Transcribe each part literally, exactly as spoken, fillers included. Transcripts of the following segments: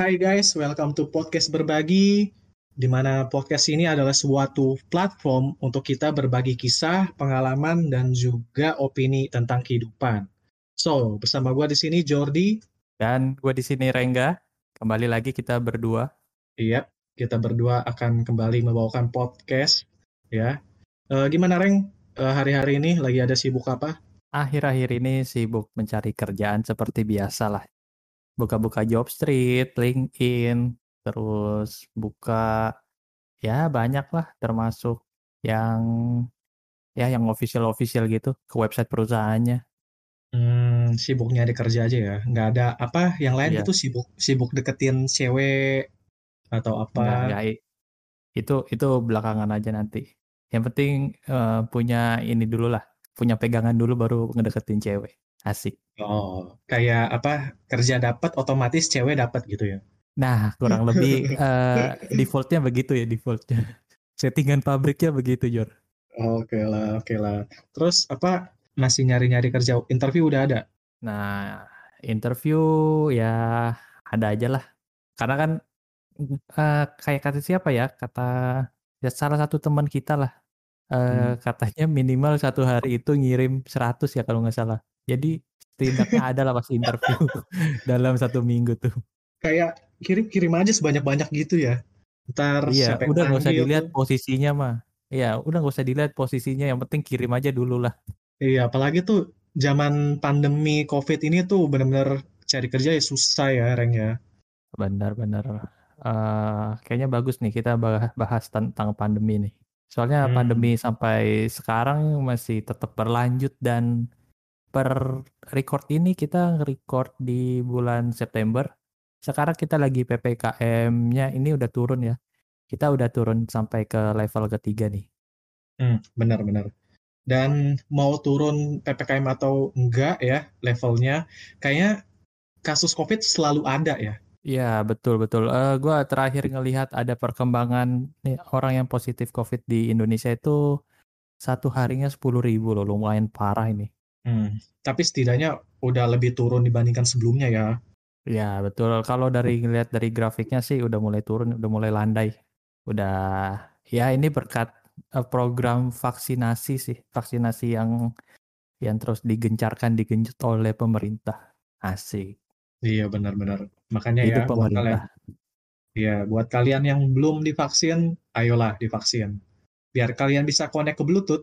Hai guys, welcome to Podcast Berbagi, di mana podcast ini adalah suatu platform untuk kita berbagi kisah, pengalaman, dan juga opini tentang kehidupan. So, bersama gue di sini Jordi. Dan gue di sini Rengga. Kembali lagi kita berdua. Iya, kita berdua akan kembali membawakan podcast. Ya, Eh, gimana Reng? Eh, hari-hari ini lagi ada sibuk apa? Akhir-akhir ini sibuk mencari kerjaan seperti biasa lah. Buka-buka Jobstreet, LinkedIn, terus buka ya banyak lah termasuk yang ya yang official-official gitu ke website perusahaannya. Hmm, sibuk nyari kerja aja ya. Nggak ada apa yang lain Iya, gitu, sibuk sibuk deketin cewek atau enggak apa? enggak i- itu itu belakangan aja nanti. Yang penting eh, punya ini dulu lah, punya pegangan dulu baru ngedeketin cewek. Asik. Oh, kayak apa? Kerja dapat otomatis cewek dapat gitu ya. Nah, kurang lebih eh, defaultnya begitu ya defaultnya. Settingan pabriknya begitu, Jor. Oke lah, oke lah. Terus apa? Masih nyari-nyari kerja? Interview udah ada? Nah, interview ya ada aja lah. Karena kan eh, kayak kata siapa ya, kata ya salah satu teman kita lah. Hmm. Eh, katanya minimal satu hari itu ngirim seratus ya kalau nggak salah. Jadi setidaknya ada lah pasti interview dalam satu minggu tuh. Kayak kirim-kirim aja sebanyak-banyak gitu ya. Ntar Iya, siapa yang udah nggak usah manggil dilihat tuh. posisinya mah. Iya, udah nggak usah dilihat posisinya. Yang penting kirim aja dulu lah. Iya, apalagi tuh zaman pandemi COVID ini tuh bener-bener cari kerja ya susah ya, Reng ya. Benar-benar. Eh, kayaknya bagus nih kita bah- bahas tentang pandemi nih. Soalnya pandemi Hmm. sampai sekarang masih tetap berlanjut dan per record ini kita record di bulan September. Sekarang kita lagi P P K M-nya ini udah turun ya. Kita udah turun sampai ke level ketiga nih. Hmm, benar-benar. Dan mau turun P P K M atau enggak ya levelnya, kayaknya kasus COVID selalu ada ya. Iya, betul-betul. Eh gua terakhir ngelihat ada perkembangan nih, orang yang positif COVID di Indonesia itu satu harinya sepuluh ribu loh, lumayan parah ini. Hmm, tapi setidaknya udah lebih turun dibandingkan sebelumnya ya. Ya, betul. Kalau dari ngelihat dari grafiknya sih udah mulai turun, udah mulai landai. Udah ya ini berkat eh, program vaksinasi sih, vaksinasi yang yang terus digencarkan, digenjot oleh pemerintah. Asik. Iya benar-benar. Makanya ya Hidup buat kalian, pemerintah. ya buat kalian yang belum divaksin, ayolah divaksin. Biar kalian bisa connect ke Bluetooth.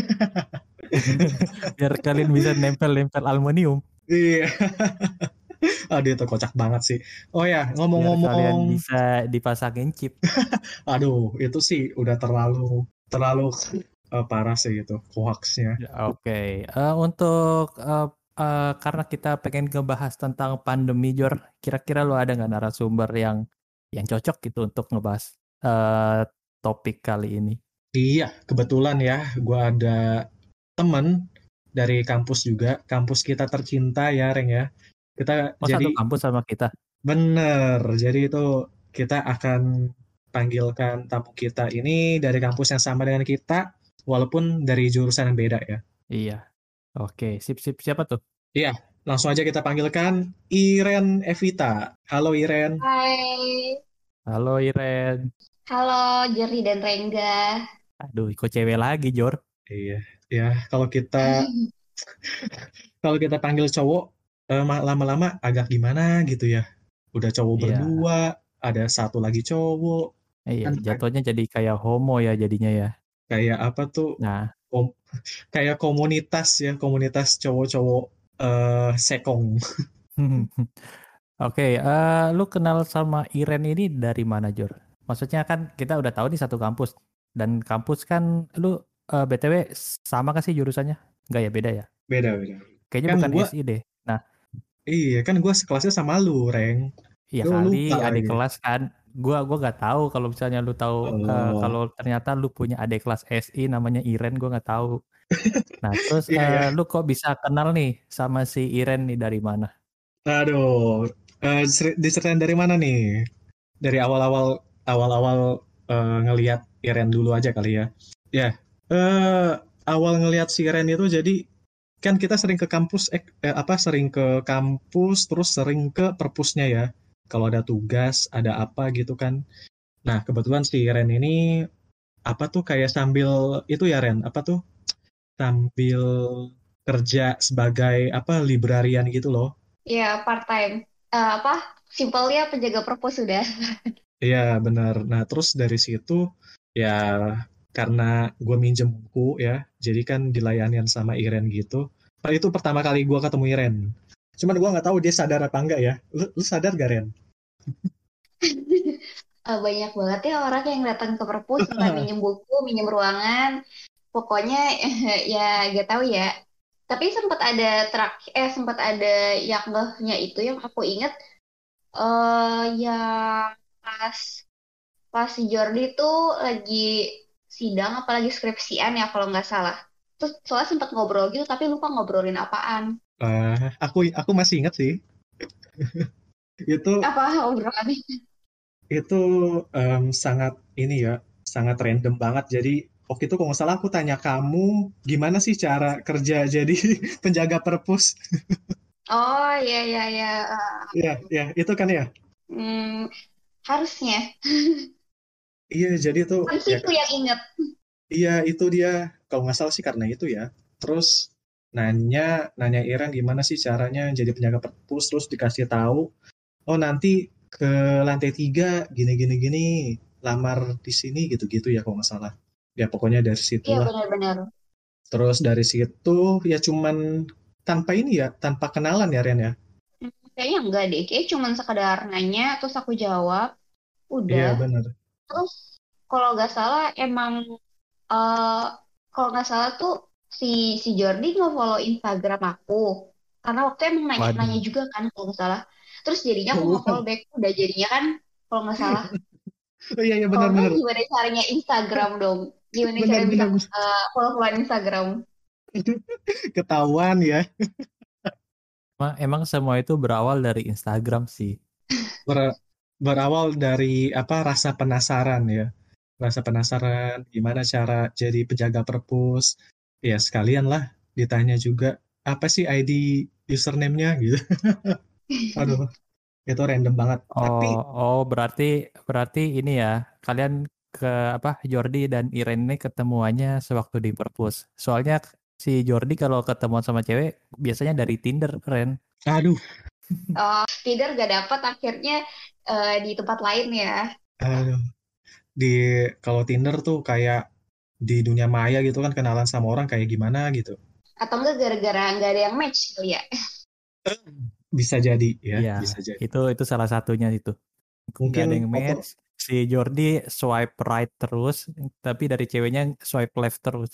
Biar kalian bisa nempel-nempel aluminium. Iya. Aduh itu kocak banget sih. Oh ya, Biar kalian ngomong-ngomong, bisa dipasangin chip. aduh itu sih udah terlalu terlalu eh, parah sih itu hoaxnya. Ya, oke. Eh, untuk eh, eh, karena kita pengen ngebahas tentang pandemi, Jor, kira-kira lo ada nggak narasumber yang yang cocok gitu untuk ngebahas eh, topik kali ini? Iya, kebetulan ya, gue ada temen dari kampus juga, kampus kita tercinta ya, Reng ya. Kita Oh, jadi satu kampus sama kita. bener, jadi itu kita akan panggilkan tamu kita ini dari kampus yang sama dengan kita, walaupun dari jurusan yang beda ya. Iya. Oke, sip sip siapa tuh? Iya, langsung aja kita panggilkan Iren Evita. Halo Iren. Hai, Halo Iren. halo Jerry dan Rengga. Aduh, kok cewek lagi, Jor? Iya, ya kalau kita kalau kita panggil cowok eh, ma- lama-lama agak gimana gitu ya. Udah cowok Iya. berdua, ada satu lagi cowok, Iya, kan ag- jatuhnya jadi kayak homo ya jadinya ya. kayak apa tuh? Nah, kom- Kayak komunitas ya, komunitas cowok-cowok eh sekong. oke, eh, lu kenal sama Iren ini dari mana, Jor? Maksudnya kan kita udah tahu nih satu kampus. Dan kampus kan lu eh, B T W sama kasih jurusannya? Enggak ya, beda ya? Beda-beda. Kayaknya Kan bukan gua, S I deh. Nah, iya kan gua sekelasnya sama lu, Reng. iya Lu kali lupa adik lagi. kelas kan. Gua gua nggak tahu kalau misalnya lu tahu eh, Oh, kalau ternyata lu punya adik kelas S I namanya Iren, gua nggak tahu. Nah, terus iya eh, ya. lu kok bisa kenal nih sama si Iren nih dari mana? Aduh, eh, ceri- diceritain dari mana nih? Dari awal-awal awal-awal eh, ngelihat Iren dulu aja kali ya. Ya, eh awal ngelihat si Iren itu jadi kan kita sering ke kampus eh, eh, apa sering ke kampus terus sering ke perpusnya ya. kalau ada tugas, ada apa gitu kan. Nah, kebetulan si Ren ini apa tuh kayak sambil itu ya Ren, apa tuh sambil kerja sebagai apa librarian gitu loh. Ya, part time. Eh, apa? Simpelnya penjaga perpus sudah. Iya benar. Nah terus dari situ ya karena gue minjem buku ya, jadi kan dilayanin sama Iren gitu. Nah, itu pertama kali gue ketemu Iren. Cuman gue nggak tahu dia sadar apa enggak ya. Lu, lu sadar gak Ren? Eh, banyak banget ya orang yang datang ke perpus, entah minjem buku, minjem ruangan. Pokoknya ya gak tahu ya. Tapi sempat ada trak eh sempat ada yang ngehnya itu yang aku inget eh yang pas pas si Jordi tuh lagi sidang apalagi skripsian ya kalau nggak salah. Terus soalnya sempat ngobrol gitu tapi lupa ngobrolin apaan. Eh, aku aku masih ingat sih. Itu Apa obrolannya? itu em, sangat ini ya, sangat random banget. Jadi waktu itu kalau nggak salah aku tanya kamu gimana sih cara kerja jadi penjaga perpus. Oh iya iya iya. Iya, iya, itu kan ya. Hmm, harusnya. Iya, jadi itu Kan ya situ yang inget. iya itu dia kalau nggak salah sih karena itu ya. Terus nanya nanya Iren gimana sih caranya jadi penjaga perpus terus dikasih tahu oh nanti ke lantai tiga gini gini gini lamar di sini gitu-gitu ya kalau nggak salah. Ya pokoknya dari Iya situlah. benar-benar. Terus dari situ ya cuman tanpa ini ya tanpa kenalan ya Ren ya. Hmm, kayaknya enggak deh. Kayaknya cuma sekedar nanya terus aku jawab. Iya Udah. benar. Terus kalau nggak salah emang eh kalau nggak salah tuh si si Jordi nge-follow Instagram aku. Karena waktu itu emang nanya-nanya Waduh. juga kan kalau nggak salah. Terus jadinya aku nge-follow Oh, back. Udah jadinya kan kalau nggak salah. iya iya Kalau benar nggak benar. gimana caranya Instagram dong? Gimana Benar caranya bisa benar. eh, follow-followan Instagram? Ketahuan ya. Emang, emang semua itu berawal dari Instagram sih. Ber- berawal dari apa rasa penasaran ya. Rasa penasaran gimana cara jadi penjaga perpus. Ya sekalian lah ditanya juga apa sih I D username-nya gitu. Aduh, itu random banget. Tapi Oh, oh berarti berarti ini ya, kalian ke apa Jordi dan Irene ini ketemuannya sewaktu di perpus. Soalnya si Jordi kalau ketemuan sama cewek biasanya dari Tinder, keren. aduh, Oh, Tinder gak dapet akhirnya eh, di tempat lain ya. aduh. Di kalau Tinder tuh kayak di dunia maya gitu kan kenalan sama orang kayak gimana gitu. Atau enggak gara-gara nggak ada yang match kali ya. Bisa jadi ya, Iya, bisa jadi. itu itu salah satunya itu. Nggak ada Mungkin yang foto match. Si Jordi swipe right terus, tapi dari ceweknya swipe left terus.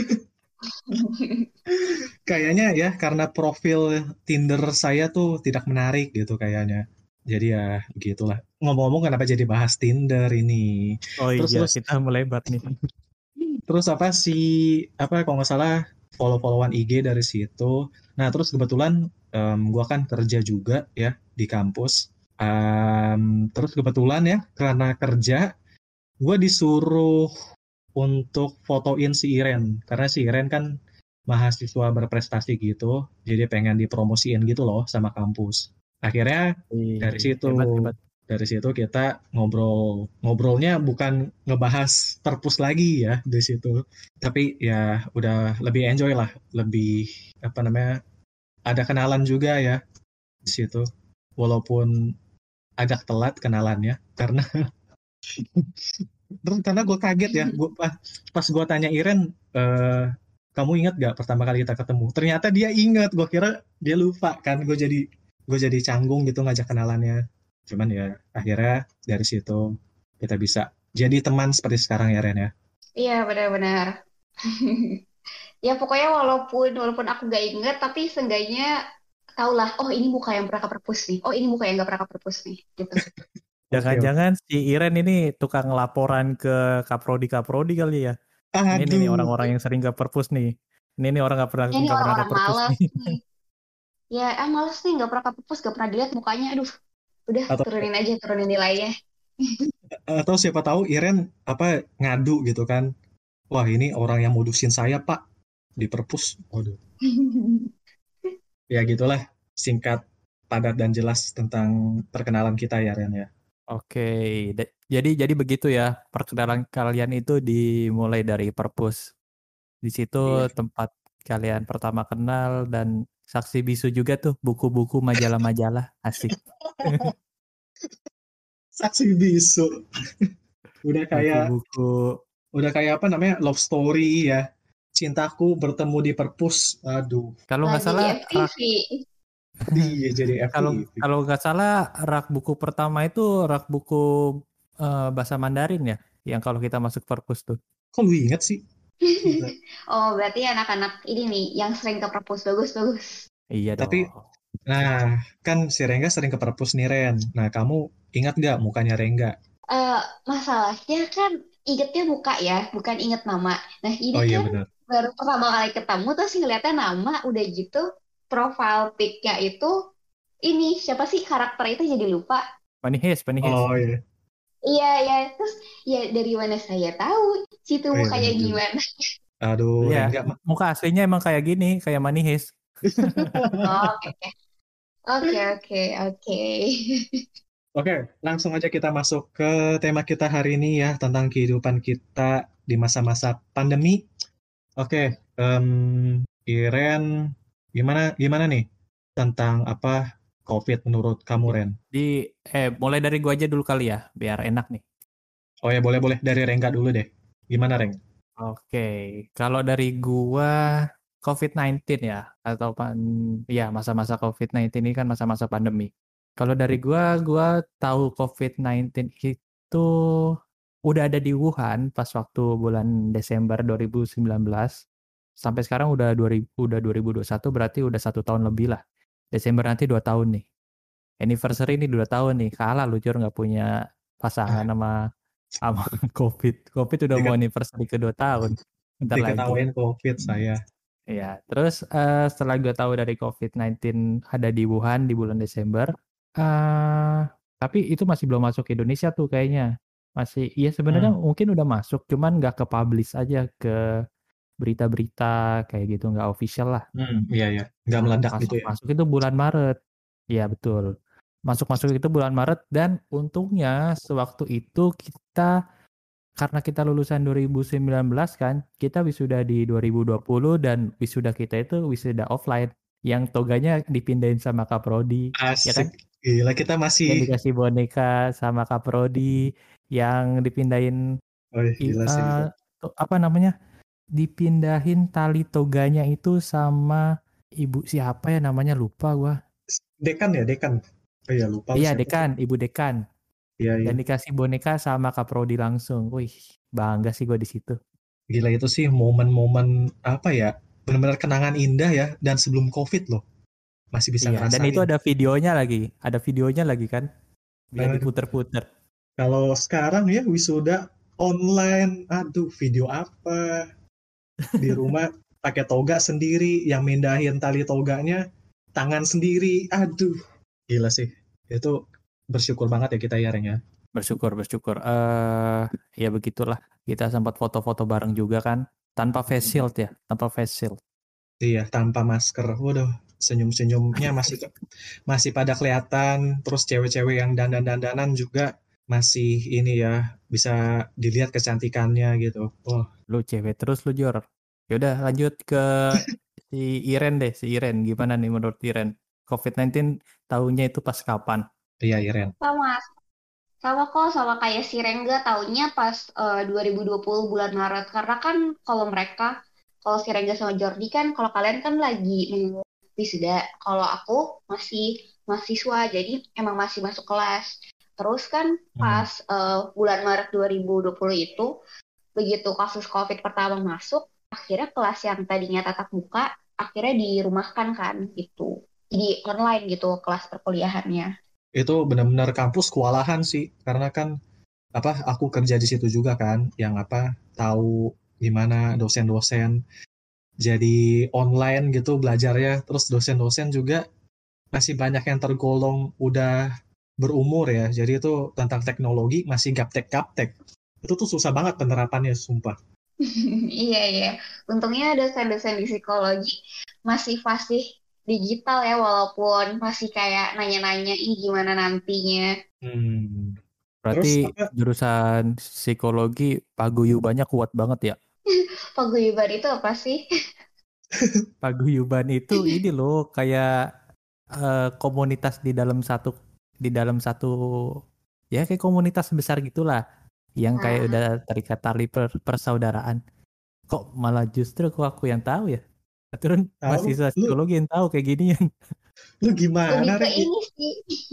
kayaknya ya karena profil Tinder saya tuh tidak menarik gitu kayaknya. Jadi ya begitulah. Ngomong-ngomong kenapa jadi bahas Tinder ini? Oh Terus iya, terus kita melebar nih. terus apa sih apa kalau nggak salah follow-followan I G dari situ. Nah terus kebetulan em, gua kan kerja juga ya di kampus. Em, terus kebetulan ya karena kerja gue disuruh untuk fotoin si Iren karena si Iren kan mahasiswa berprestasi gitu jadi pengen dipromosiin gitu loh sama kampus akhirnya dari Wih, situ hebat hebat. dari situ kita ngobrol ngobrolnya bukan ngebahas perpus lagi ya di situ tapi ya udah lebih enjoy lah lebih apa namanya ada kenalan juga ya di situ walaupun agak telat kenalannya karena terus karena gue kaget ya, gue pas, pas gue tanya Iren, eh, kamu ingat gak pertama kali kita ketemu? Ternyata dia ingat, gue kira dia lupa kan, gue jadi gue jadi canggung gitu ngajak kenalannya. Cuman ya akhirnya dari situ kita bisa jadi teman seperti sekarang ya Ren ya. Iya benar-benar. Ya pokoknya walaupun walaupun aku gak inget tapi seenggaknya tau lah. Oh ini muka yang pernah ke perpus nih. Oh ini muka yang gak pernah ke perpus nih. Gitu. Oke oke. Jangan-jangan si Iren ini tukang laporan ke Kaprodi-Kaprodi kali ya. Ini nih, nih Aduh, orang-orang yang sering ke perpus nih. Ini nih orang nggak pernah Ya ini nggak pernah ke orang-orang perpus malas nih. nih. Ya ah males nih gak pernah ke perpus gak pernah dilihat mukanya. Aduh udah atau turunin aja turunin nilainya. atau siapa tahu Iren apa ngadu gitu kan? Wah ini orang yang modusin saya Pak di perpus. Waduh, ya gitulah singkat padat dan jelas tentang perkenalan kita ya, Ren ya. Oke, da- jadi jadi begitu ya. Perkenalan kalian itu dimulai dari perpus. Di situ Iya. tempat kalian pertama kenal dan saksi bisu juga tuh buku-buku majalah-majalah asik. Saksi bisu. Udah kayak Buku-buku udah kayak apa namanya? Love story ya. Cintaku bertemu di perpus. Aduh, kalau nggak Lagi di salah rak F T V. dia jadi kalau F T V. kalau nggak salah rak buku pertama itu rak buku eh, bahasa Mandarin ya, yang kalau kita masuk perpus tuh. Kok lu inget sih? Gila. Oh, berarti anak-anak ini nih yang sering ke perpus bagus-bagus. Iya Tapi, dong. nah, kan si Rengga sering ke perpus nih, Ren. Nah, kamu ingat nggak mukanya Rengga? Eh, masalahnya kan ingetnya muka ya, bukan inget nama. Nah, Oh ini iya kan benar. baru pertama kali ketemu terus ngeliatnya nama, udah gitu profile pic-nya itu ini siapa sih karakter itu jadi lupa. Manihis, Manihis. Oh iya. Iya, ya. Terus ya dari mana saya tahu situ Oh iya mukanya benar juga. gimana. Aduh, Iya, Rengga. m- muka aslinya emang kayak gini, kayak Manihis. Oh, oke, oke, oke, oke. Oke, langsung aja kita masuk ke tema kita hari ini ya, tentang kehidupan kita di masa-masa pandemi. Oke, em, Iren, gimana gimana nih tentang apa COVID menurut kamu, Ren? Di eh mulai dari gua aja dulu kali ya, biar enak nih. Oh ya, boleh-boleh dari Rengga dulu deh. Gimana, Reng? Oke, kalau dari gua covid sembilan belas ya, atau pan ya masa-masa covid sembilan belas ini kan masa-masa pandemi. Kalau dari gua, gua tahu covid sembilan belas itu udah ada di Wuhan pas waktu bulan Desember dua ribu sembilan belas. Sampai sekarang udah dua ribu, udah dua ribu dua puluh satu, berarti udah satu tahun lebih lah. Desember nanti dua tahun nih. Anniversary ini dua tahun nih. Kalah lu Jor nggak punya pasangan Ah, sama sama COVID. COVID udah mau diket anniversary kedua tahun. Bentar lagi. diketawain COVID saya. Ya, terus eh, setelah gue tahu dari covid sembilan belas ada di Wuhan di bulan Desember, eh tapi itu masih belum masuk ke Indonesia tuh kayaknya. Masih, iya sebenarnya Hmm, mungkin udah masuk, cuman nggak ke-publish aja ke berita-berita kayak gitu, nggak official lah. hmm, iya ya, nggak Nah, meledak gitu ya. masuk-masuk itu bulan Maret. Iya, betul. Masuk-masuk itu bulan Maret dan untungnya sewaktu itu kita karena kita lulusan dua ribu sembilan belas kan, kita wisuda di dua ribu dua puluh dan wisuda kita itu wisuda offline yang toganya dipindahin sama Kaprodi, ya kan? Asik, gila kita Yang masih, dikasih boneka sama Kaprodi, yang dipindahin oh i- gila sih itu. eh, to- apa namanya? Dipindahin tali toganya itu sama ibu siapa ya namanya lupa gua. Dekan ya, dekan. Oh iya lupa lu Iya, siapa sih? dekan, ibu dekan. Iya iya. Dan dikasih boneka sama Kaprodi langsung. Wih, bangga sih gua di situ. Gila itu sih momen-momen apa ya? Benar-benar kenangan indah ya. Dan sebelum COVID loh, masih bisa Iya, dan itu ngerasain. ada videonya lagi. Ada videonya lagi kan? Bisa Aduh, diputer-puter. kalau sekarang ya wisuda online, aduh video apa? Di rumah pakai toga sendiri, yang mindahin tali toganya tangan sendiri. Aduh, gila sih. Itu bersyukur banget ya kita ya, Reng ya. Bersyukur, bersyukur. Eh, ya begitulah. Kita sempat foto-foto bareng juga kan. Tanpa face shield ya, tanpa face shield. Iya, tanpa masker. Waduh, senyum-senyumnya masih masih pada kelihatan. Terus cewek-cewek yang dandan-dandanan juga masih ini ya, bisa dilihat kecantikannya gitu. Oh, Lu cewek terus lu Jor. Yaudah lanjut ke si Iren deh, si Iren. Gimana nih menurut Iren? covid sembilan belas tahunnya itu pas kapan? iya Iren. Sama, sama kok sama kayak si Rengga taunya pas eh, dua ribu dua puluh bulan Maret. Karena kan kalau mereka, kalau si Rengga sama Jordi kan, kalau kalian kan lagi mau wisuda. Kalau aku masih mahasiswa, jadi emang masih masuk kelas. Terus kan Hmm. pas eh, bulan Maret dua ribu dua puluh itu, begitu kasus COVID pertama masuk, akhirnya kelas yang tadinya tatap muka, akhirnya dirumahkan kan gitu. Jadi online gitu kelas perkuliahannya. Itu benar-benar kampus kewalahan sih, karena kan apa aku kerja di situ juga kan, yang apa tahu gimana dosen-dosen jadi online gitu belajarnya, terus dosen-dosen juga masih banyak yang tergolong udah berumur ya, jadi itu tentang teknologi masih gaptek-gaptek. Itu tuh susah banget penerapannya, sumpah. Iya, iya. Untungnya dosen-dosen di psikologi masih fasih digital ya, walaupun masih kayak nanya-nanya ini gimana nantinya. Hmm. Terus Berarti apa? jurusan psikologi paguyubannya kuat banget ya? Paguyuban itu apa sih? Paguyuban itu ini loh kayak eh, komunitas di dalam satu di dalam satu ya kayak komunitas besar gitulah yang kayak Nah, udah terikat tali per- persaudaraan. Kok malah justru kok aku yang tahu ya? Aturan Tahu mahasiswa lu psikologi yang tahu kayak gini ya. lu lebih gimana ke Regi? ini sih,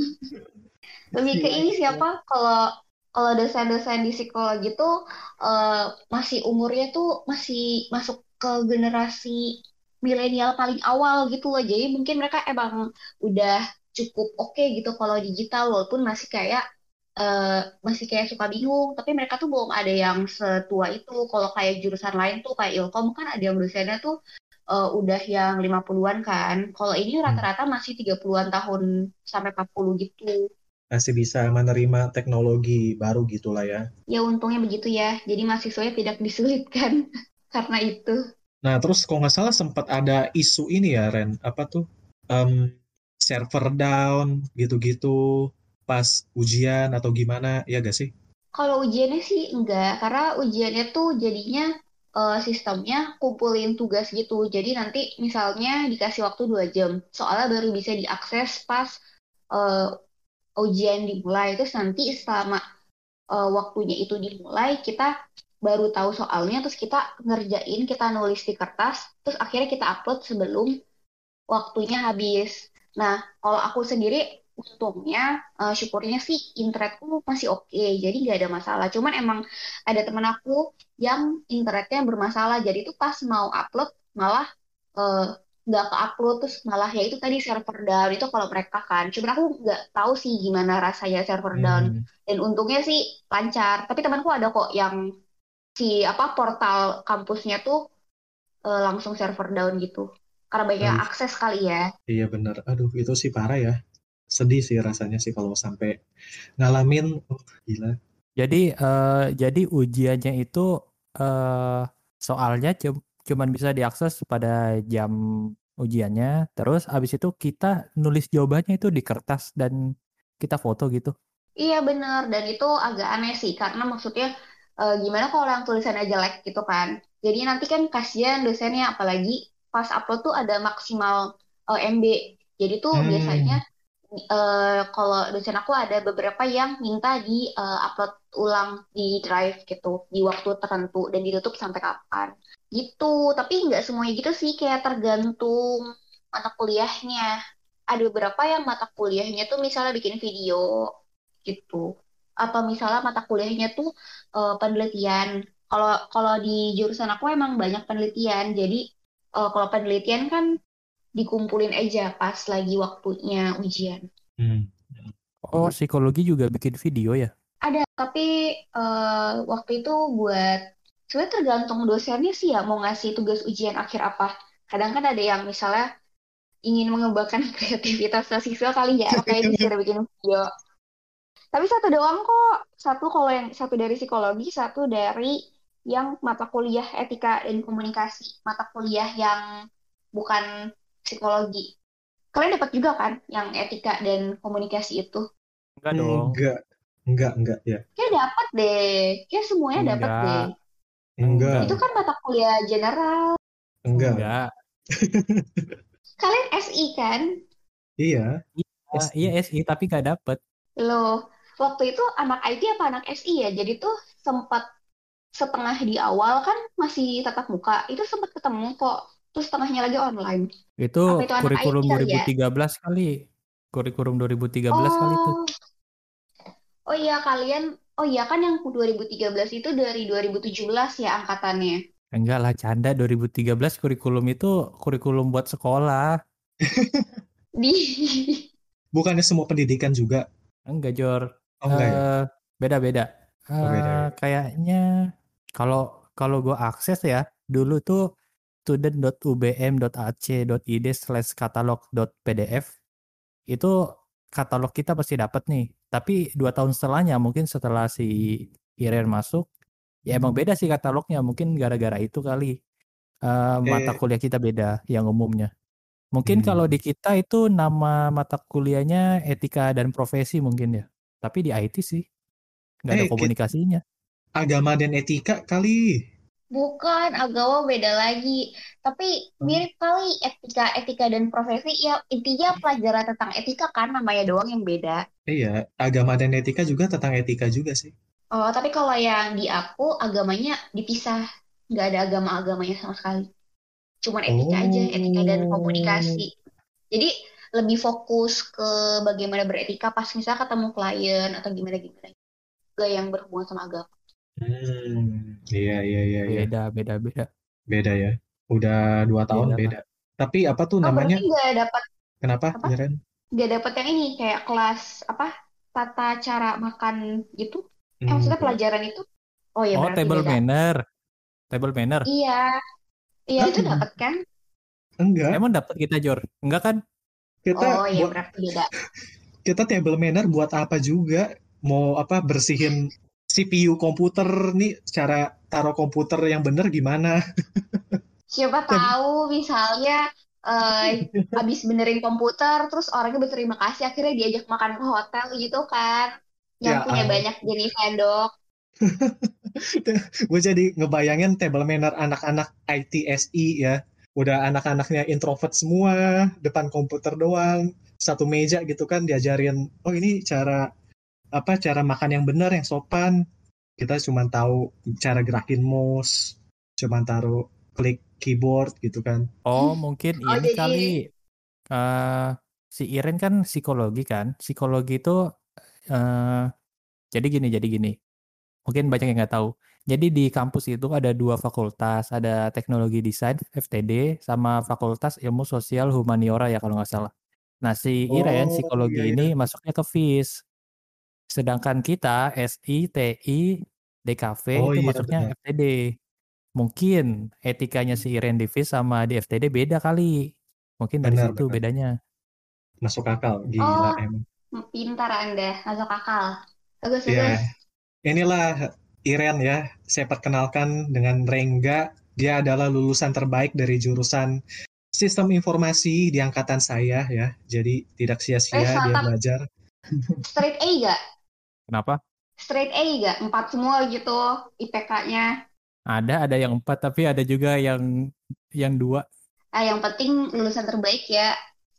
lebih ke ini siapa kalau kalau dosen-dosen di psikologi tuh eh, masih umurnya tuh masih masuk ke generasi milenial paling awal gitu loh. Jadi mungkin mereka emang udah cukup oke gitu kalau digital, walaupun masih kayak eh, masih kayak suka bingung. Tapi mereka tuh belum ada yang setua itu. Kalau kayak jurusan lain tuh kayak Ilkom kan ada yang dosennya tuh eh, udah yang lima puluhan-an kan. Kalau ini Hmm. rata-rata masih tiga puluhan-an tahun sampai empat puluh gitu. Masih bisa menerima teknologi baru gitulah ya. Ya untungnya begitu ya. Jadi mahasiswanya tidak disulitkan karena itu. Nah, terus kalau nggak salah sempat ada isu ini ya, Ren. Apa tuh? Em, server down gitu-gitu pas ujian atau gimana, ya gak sih? Kalau ujiannya sih enggak, karena ujiannya tuh jadinya eh, sistemnya kumpulin tugas gitu. Jadi nanti misalnya dikasih waktu dua jam, soalnya baru bisa diakses pas eh, ujian dimulai. Terus nanti selama eh, waktunya itu dimulai, kita baru tahu soalnya, terus kita ngerjain, kita nulis di kertas, terus akhirnya kita upload sebelum waktunya habis. Nah, kalau aku sendiri untungnya, eh, syukurnya sih internetku masih oke, jadi nggak ada masalah. Cuman emang ada temen aku yang internetnya bermasalah, jadi tuh pas mau upload malah eh, nggak ke-upload, terus malah ya itu tadi server down itu kalau mereka kan. Cuman aku nggak tahu sih gimana rasanya server down. Hmm. Dan untungnya sih lancar. Tapi temanku ada kok yang si apa portal kampusnya tuh eh, langsung server down gitu. Karena banyak Aduh, akses kali ya. iya bener. Aduh, itu sih parah ya. Sedih sih rasanya sih kalau sampai ngalamin. Oh, gila. Jadi eh, jadi ujiannya itu eh, soalnya cum- cuman bisa diakses pada jam ujiannya. Terus abis itu kita nulis jawabannya itu di kertas dan kita foto gitu. Iya bener, dan itu agak aneh sih, karena maksudnya eh, gimana kalau yang tulisannya jelek gitu kan. Jadi nanti kan kasihan dosennya, apalagi pas upload tuh ada maksimal eh, M B. Jadi tuh biasanya Hmm. eh, kalau dosen aku ada beberapa yang minta di eh, upload ulang di Drive gitu, di waktu tertentu, dan ditutup sampai kapan. Gitu, tapi nggak semuanya gitu sih, kayak tergantung mata kuliahnya. Ada beberapa yang mata kuliahnya tuh misalnya bikin video gitu. Atau misalnya mata kuliahnya tuh eh, penelitian. Kalau kalau di jurusan aku emang banyak penelitian. Jadi eh, kalau penelitian kan dikumpulin aja pas lagi waktunya ujian. Hmm. Oh, psikologi juga bikin video ya? Ada, tapi eh, waktu itu buat sebenarnya tergantung dosennya sih ya mau ngasih tugas ujian akhir apa. Kadang kan ada yang misalnya ingin mengembangkan kreativitas siswa kali ya, makanya disuruh bikin video. Tapi satu doang kok. Satu kalau yang satu dari psikologi, satu dari yang mata kuliah etika dan komunikasi. Mata kuliah yang bukan psikologi. Kalian dapat juga kan yang etika dan komunikasi itu? Enggak dong. Enggak, enggak, enggak ya. Kayak dapat deh. Kayak semuanya dapat deh. Enggak. Enggak, Itu Enggak. kan mata kuliah general. enggak. Enggak. Kalian S I kan? Iya, Iya, S I. iya S I tapi nggak dapet. Loh, waktu itu anak I T apa anak S I ya? Jadi tuh sempat setengah di awal kan masih tatap muka. Itu sempat ketemu kok. Terus setengahnya lagi online. Itu Apa itu anak I T kurikulum kali ya? dua ribu tiga belas kali. Kurikulum dua ribu tiga belas kali itu. Oh, oh iya kalian. Oh iya kan yang dua ribu tiga belas itu dari dua ribu tujuh belas ya angkatannya. Enggak lah, canda. dua ribu tiga belas kurikulum itu kurikulum buat sekolah. Di Bukannya semua pendidikan juga? Enggak, Jor. Oh, enggak ya? Eh, beda-beda. Oh, beda Eh, ya. kayaknya kalau kalau gue akses ya, dulu tuh student.ubm.ac.id slash katalog.pdf itu katalog kita pasti dapat nih. Tapi dua tahun setelahnya, mungkin setelah si Iren masuk, ya emang beda sih katalognya. Mungkin gara-gara itu kali. Eh, mata Eh, kuliah kita beda yang umumnya. Mungkin Hmm. kalau di kita itu nama mata kuliahnya etika dan profesi mungkin ya. Tapi di I T sih nggak ada Eh, ki- komunikasinya. agama dan etika kali. Bukan, agama beda lagi. Tapi Hmm. mirip kali etika, etika dan profesi. Ya intinya pelajaran tentang etika kan namanya doang yang beda. Iya, agama dan etika juga tentang etika juga sih. Oh, tapi kalau yang di aku agamanya dipisah. Nggak ada agama-agamanya sama sekali. Cuman etika aja, etika dan Oh. komunikasi. Jadi lebih fokus ke bagaimana beretika pas misalnya ketemu klien atau gimana-gimana. Gak yang berhubungan sama agama. Hmm, iya, iya, iya, iya. Beda, beda, beda. Beda ya. Udah dua tahun Beda lah. beda. Tapi apa tuh Oh, namanya? berarti nggak dapat Kenapa, apa? Jaren? Nggak dapat yang ini kayak kelas apa? Tata cara makan gitu? Eh, maksudnya Enggak. pelajaran itu? Oh ya Oh, berarti table beda. manner. Table manner. Iya, iya Hah? itu dapat kan? Enggak. Emang dapat kita, Jor? Enggak kan? Oh Kita ya buat berarti beda. kita table manner buat apa juga? Mau apa bersihin C P U komputer nih, cara taruh komputer yang bener gimana? Siapa Tab- tahu misalnya eh habis benerin komputer, terus orangnya berterima kasih, akhirnya diajak makan ke hotel gitu kan. Yang Ya, punya ah, banyak jenis sendok. gue jadi ngebayangin table manner anak-anak I T S I ya. Udah anak-anaknya introvert semua, depan komputer doang, satu meja gitu kan diajarin, oh ini cara apa cara makan yang benar yang sopan. Kita cuma tahu cara gerakin mouse, cuma taruh klik keyboard gitu kan. Oh, mungkin Oh ini jadi kali eh si Iren kan psikologi kan. Psikologi itu eh jadi gini, jadi gini. Mungkin banyak yang nggak tahu. Jadi di kampus itu ada dua fakultas, ada teknologi desain F T D sama fakultas ilmu sosial humaniora ya kalau nggak salah. Nah si Iren Oh iya psikologi iya, ini masuknya ke F I S. Sedangkan kita S I, T I, D K V oh itu iya masuknya benar, F T D. Mungkin etikanya si Iren di F I S sama di F T D beda kali. Mungkin dari benar situ benar, bedanya. masuk akal, oh gila emang. pintar Anda, masuk akal. Bagus bagus. Ya, inilah Iren ya, saya perkenalkan dengan Rengga. Dia adalah lulusan terbaik dari jurusan Sistem Informasi di angkatan saya ya. Jadi tidak Eh sia-sia dia Satap belajar. straight A gak? Kenapa? Straight A gak? Empat semua gitu I P K-nya. Ada ada yang empat tapi ada juga yang yang dua. Ah yang penting lulusan terbaik ya.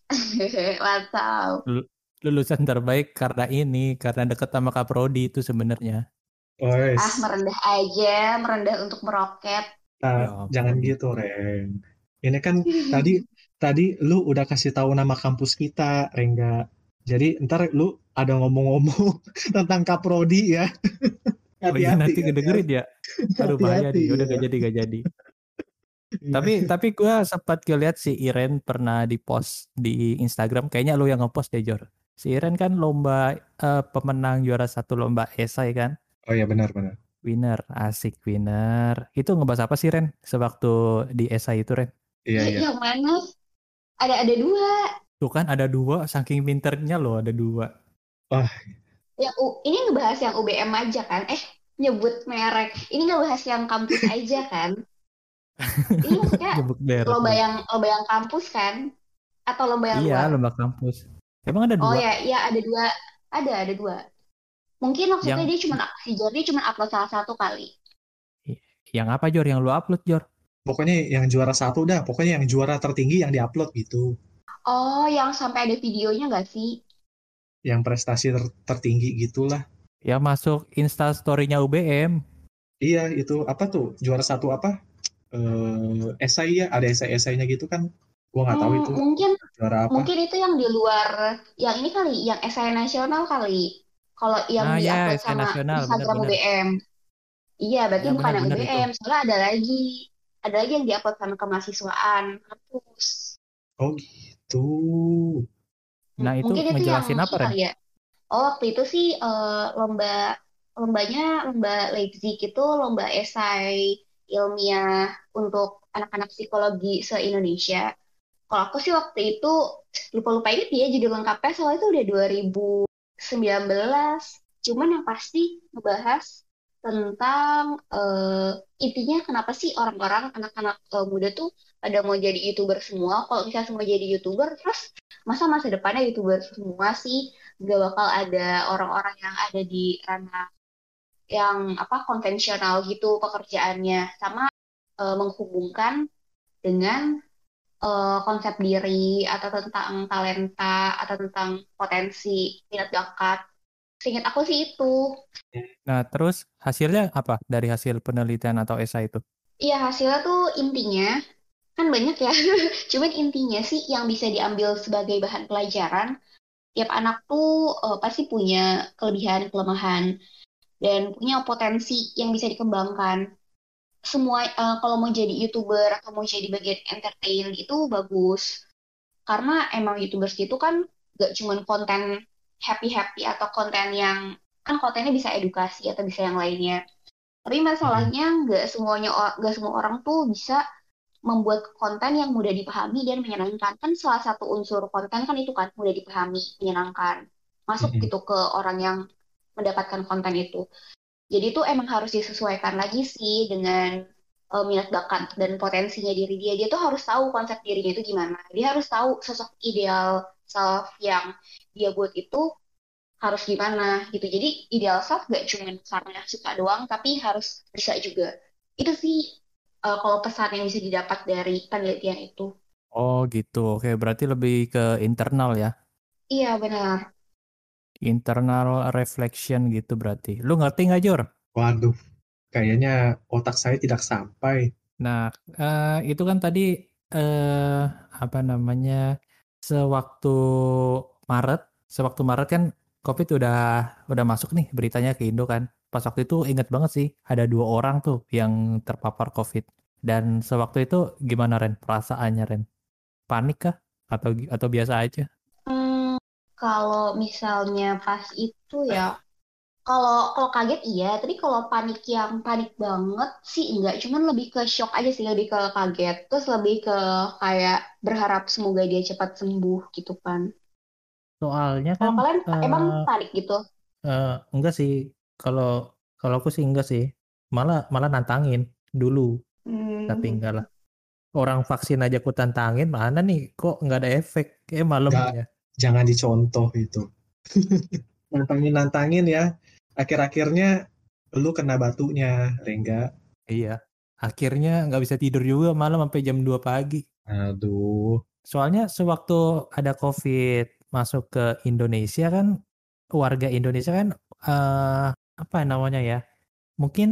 Mantap. Lul- Lulusan terbaik karena ini, karena deket sama Kak Prodi itu sebenarnya. Ah Wes, merendah aja, merendah untuk meroket. Ya ta- jangan ampun. gitu Ren. Ini kan tadi tadi lu udah kasih tahu nama kampus kita, Rengga. Jadi ntar lu ada ngomong-ngomong tentang Kaprodi ya. Oh iya Hati-hati, nanti kedengerin hati-hati, ya. Aduh bahaya hati-hati nih, udah ya. gak jadi gak jadi. Iya. Tapi tapi gue sempat ngeliat si Iren pernah di post di Instagram, kayaknya lu yang ngepost deh Jor. Si Iren kan lomba eh, pemenang juara satu lomba esai kan, Oh ya benar-benar. winner, asik winner. Itu ngebahas apa sih Ren sewaktu di esai itu Ren? Iya iya. Yang mana? Ada ada dua. Tuh kan ada dua, saking pinternya loh ada dua. Wah, Yang U, ini ngebahas yang U B M aja kan? Eh nyebut merek. Ini ngebahas yang kampus aja kan? Ini maksudnya Nyebut merek lomba lagi. yang lomba yang kampus kan? Atau lomba yang Iya, luar? lomba kampus. Emang ada Oh dua? ya, ya ada dua. Ada ada dua. Mungkin maksudnya Yang dia cuma si Jordi cuma upload salah satu kali. yang apa Jor? Yang lu upload Jor? pokoknya yang juara satu dah. Pokoknya yang juara tertinggi yang diupload gitu. Oh, yang sampai ada videonya nggak sih? Yang prestasi ter- tertinggi gitulah. Yang masuk Insta story-nya U B M. Iya, itu apa tuh? Juara satu apa? Eh, esai ya, ada esai-esainya gitu kan. Gua nggak tahu Hmm, itu mungkin juara apa. mungkin itu yang di luar, yang ini kali, yang esai nasional kali. Kalau yang Nah ya, diupload esai sama nasional, Instagram bener-bener. U B M. Iya, berarti Ya bukan yang bener-bener itu. U B M. Soalnya ada lagi, ada lagi yang diupload sama kemahasiswaan kampus. Oh gitu. Nah M- itu Mungkin itu yang ngejelasin apa ini Ren? kali ya. Oh, waktu itu sih eh, lomba lombanya lomba Leipzig itu lomba esai ilmiah untuk anak-anak psikologi se-Indonesia. Kalau aku sih waktu itu lupa-lupa inget ya judul lengkapnya soalnya itu udah dua ribu sembilan belas. Cuman yang pasti ngebahas tentang eh, intinya kenapa sih orang-orang anak-anak eh, muda tuh pada mau jadi YouTuber semua. Kalau misalnya semua jadi YouTuber, terus masa masa depannya YouTuber semua sih gak bakal ada orang-orang yang ada di ranah yang apa konvensional gitu pekerjaannya sama eh, menghubungkan dengan eh, konsep diri atau tentang talenta atau tentang potensi minat bakat. Seingat aku sih itu. Nah, terus hasilnya apa dari hasil penelitian atau esai itu? Iya, hasilnya tuh intinya kan banyak ya. Cuman intinya sih yang bisa diambil sebagai bahan pelajaran, tiap anak tuh eh, pasti punya kelebihan, kelemahan, dan punya potensi yang bisa dikembangkan. Semua eh, kalau mau jadi YouTuber atau mau jadi bagian entertain itu bagus. Karena emang YouTubers itu kan gak cuman konten happy-happy atau konten yang kan kontennya bisa edukasi atau bisa yang lainnya. Tapi Mm-mm. masalahnya nggak semuanya nggak semua orang tuh bisa membuat konten yang mudah dipahami dan menyenangkan. Kan salah satu unsur konten kan itu kan mudah dipahami, menyenangkan. Masuk Mm-mm. gitu ke orang yang mendapatkan konten itu. Jadi itu emang harus disesuaikan lagi sih dengan eh, minat bakat dan potensinya diri dia. Dia tuh harus tahu konsep dirinya itu gimana. Dia harus tahu sosok ideal self yang dia buat itu harus gimana gitu. Jadi ideal self gak cuma karena suka doang, tapi harus bisa juga. Itu sih eh, kalau pesan yang bisa didapat dari penelitian itu. Oh gitu. Oke, berarti lebih ke internal ya. Iya benar. Internal reflection gitu berarti. Lu ngerti nggak, Jor? Waduh, kayaknya otak saya tidak sampai. Nah, eh, itu kan tadi eh, apa namanya? Sewaktu Maret, sewaktu Maret kan COVID udah udah masuk nih beritanya ke Indo kan. Pas waktu itu inget banget sih, ada dua orang tuh yang terpapar COVID. Dan sewaktu itu gimana Ren? Perasaannya Ren? Panik kah? Atau atau biasa aja? Hmm, kalau misalnya pas itu ya, kalau kalau kaget iya, tapi kalau panik yang panik banget sih enggak, cuman lebih ke shock aja sih, lebih ke kaget, terus lebih ke kayak berharap semoga dia cepat sembuh gitu kan. Soalnya Kalau kan kalian emang eh, panik gitu? eh, enggak sih. Kalau kalau aku sih enggak sih. Malah malah nantangin dulu, tapi Hmm, enggak lah. Orang vaksin aja aku tantangin, mana nih kok nggak ada efek? Kayak Nggak, malamnya. jangan dicontoh itu. Nantangin-nantangin ya. Akhir-akhirnya lu kena batunya, Rengga. Iya. Akhirnya nggak bisa tidur juga malam sampai jam dua pagi. Aduh. Soalnya sewaktu ada COVID masuk ke Indonesia kan, warga Indonesia kan eh, apa namanya ya? Mungkin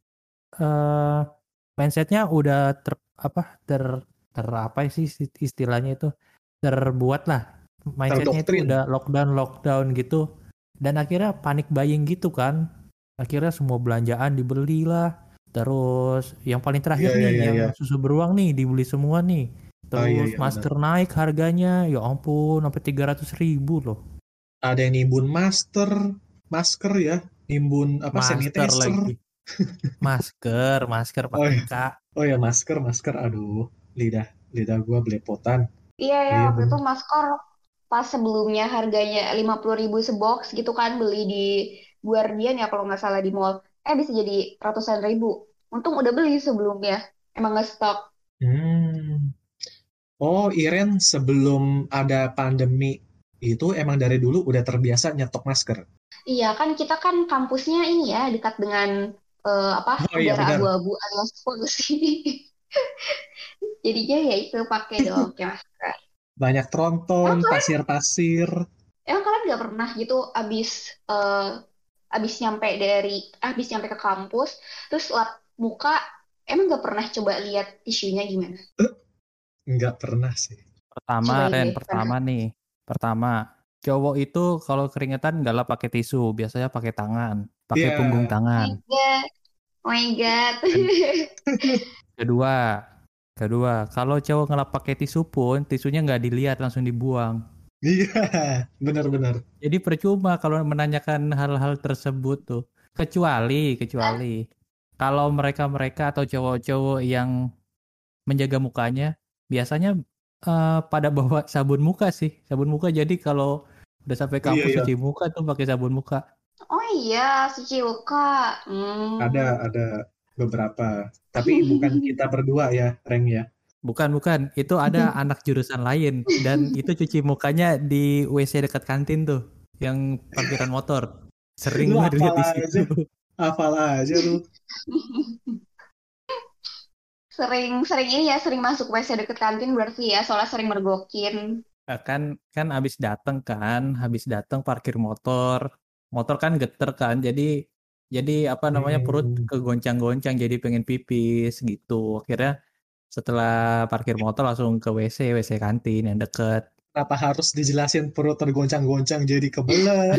eh, mindsetnya udah ter apa ter ter apa sih istilahnya itu terbuat lah, mindsetnya itu Terdoktrin. udah lockdown lockdown gitu, dan akhirnya panik buying gitu kan, akhirnya semua belanjaan dibeli lah, terus yang paling Iya, terakhir iya, nih iya, yang iya. susu beruang nih dibeli semua nih, Oh iya, terus iya benar. masker naik harganya ya ampun sampai tiga ratus ribu loh. Ada yang nimbun masker, masker ya. Nimbun apa, Masker sanitizer. lagi, masker masker Oh pakai iya, K. oh ya masker, masker. Aduh, lidah, lidah gua belepotan. iya ya Iya waktu itu benar. masker pas sebelumnya harganya lima puluh ribu sebox gitu kan beli di Guardian ya kalau nggak salah di mall. Eh bisa jadi ratusan ribu. Untung udah beli sebelumnya. Emang nggak stok. Hmm. Oh, Iren sebelum ada pandemi itu emang dari dulu udah terbiasa nyetok masker. Iya kan kita kan kampusnya ini ya dekat dengan eh, apa Oh iya udara benar. abu-abu alias polusi. Jadinya ya itu pakai dong ya masker. Banyak tronton, Emang kalian, pasir-pasir. emang kalian nggak pernah gitu abis eh, abis nyampe dari abis nyampe ke kampus terus lap muka emang nggak pernah coba lihat tisunya gimana? Eh, nggak pernah sih. Pertama, Cobain Ren, deh karena pertama nih. Pertama, cowok itu kalau keringetan nggak lah pakai tisu, biasanya pakai tangan, pakai punggung Iya. oh tangan. my god, oh my god. Ken- Kedua, kedua, kalau cowok ngelap pakai tisu pun, tisunya nggak dilihat, langsung dibuang. Iya, benar-benar. Jadi percuma kalau menanyakan hal-hal tersebut tuh. Kecuali, kecuali kalau mereka-mereka atau cowok-cowok yang menjaga mukanya, biasanya eh, pada bawa sabun muka sih, sabun muka. Jadi kalau udah sampai Iya, kampus iya. cuci muka tuh pakai sabun muka. Oh my iya, si Ciuka. Hmm. Ada, ada beberapa. Tapi bukan kita berdua ya, Reng ya. Bukan, bukan. Itu ada anak jurusan lain. Dan itu cuci mukanya di W C dekat kantin tuh. Yang parkiran motor. Sering Lu banget lihat hafal di aja, situ. hafal aja lu. Sering sering ini ya, sering masuk W C deket kantin berarti ya, soalnya sering mergokin. Nah, kan kan habis datang kan, habis datang parkir motor. Motor kan geter kan. Jadi jadi apa namanya perut Hmm. kegoncang-goncang jadi pengen pipis gitu. Akhirnya setelah parkir motor langsung ke W C, W C kantin yang deket. Kenapa harus dijelasin perut tergoncang-goncang jadi kebelet?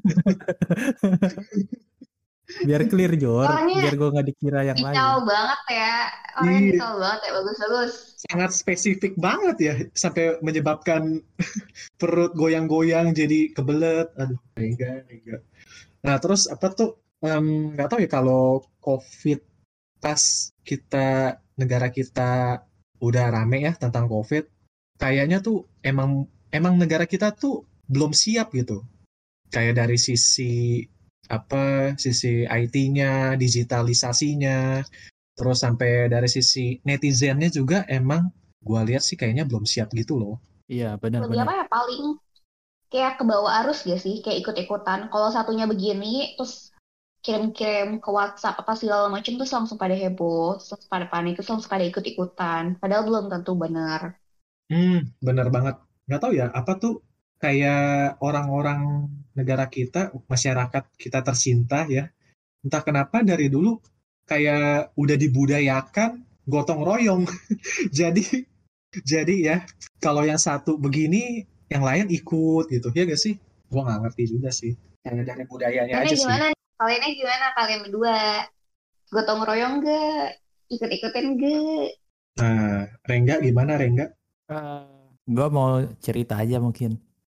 Biar clear Jor, Orangnya biar gue nggak dikira yang lain. detail banget ya, orangnya Iya, detail banget ya, bagus-bagus. sangat spesifik banget ya, sampai menyebabkan perut goyang-goyang jadi kebelet. Aduh, enggak, enggak. Nah, terus apa tuh? em, nggak tahu ya kalau COVID pas kita negara kita udah rame ya tentang COVID, kayaknya tuh emang emang negara kita tuh belum siap gitu. Kayak dari sisi apa sisi I T-nya, digitalisasinya, terus sampai dari sisi netizennya juga emang gua lihat sih kayaknya belum siap gitu loh. Iya, Lebih benar-benar. apa ya, paling kayak ke bawah arus gak sih, kayak ikut-ikutan. Kalau satunya begini, terus kirim-kirim ke WhatsApp apa segala macam, terus langsung pada heboh, terus pada panik, terus langsung pada ikut-ikutan. Padahal belum tentu benar. Hmm, bener banget. Nggak tahu ya, apa tuh kayak orang-orang negara kita, masyarakat kita tercinta ya, entah kenapa dari dulu kayak udah dibudayakan gotong royong. Jadi jadi ya kalau yang satu begini, yang lain ikut gitu ya gak sih? Gua nggak ngerti juga sih. Kayak dari budayanya Kalian aja sih. gimana? Kalian gimana? Kalian berdua gotong royong gak? Ikut-ikutin gak? Nah, Rengga gimana Rengga? Gue mau cerita aja mungkin.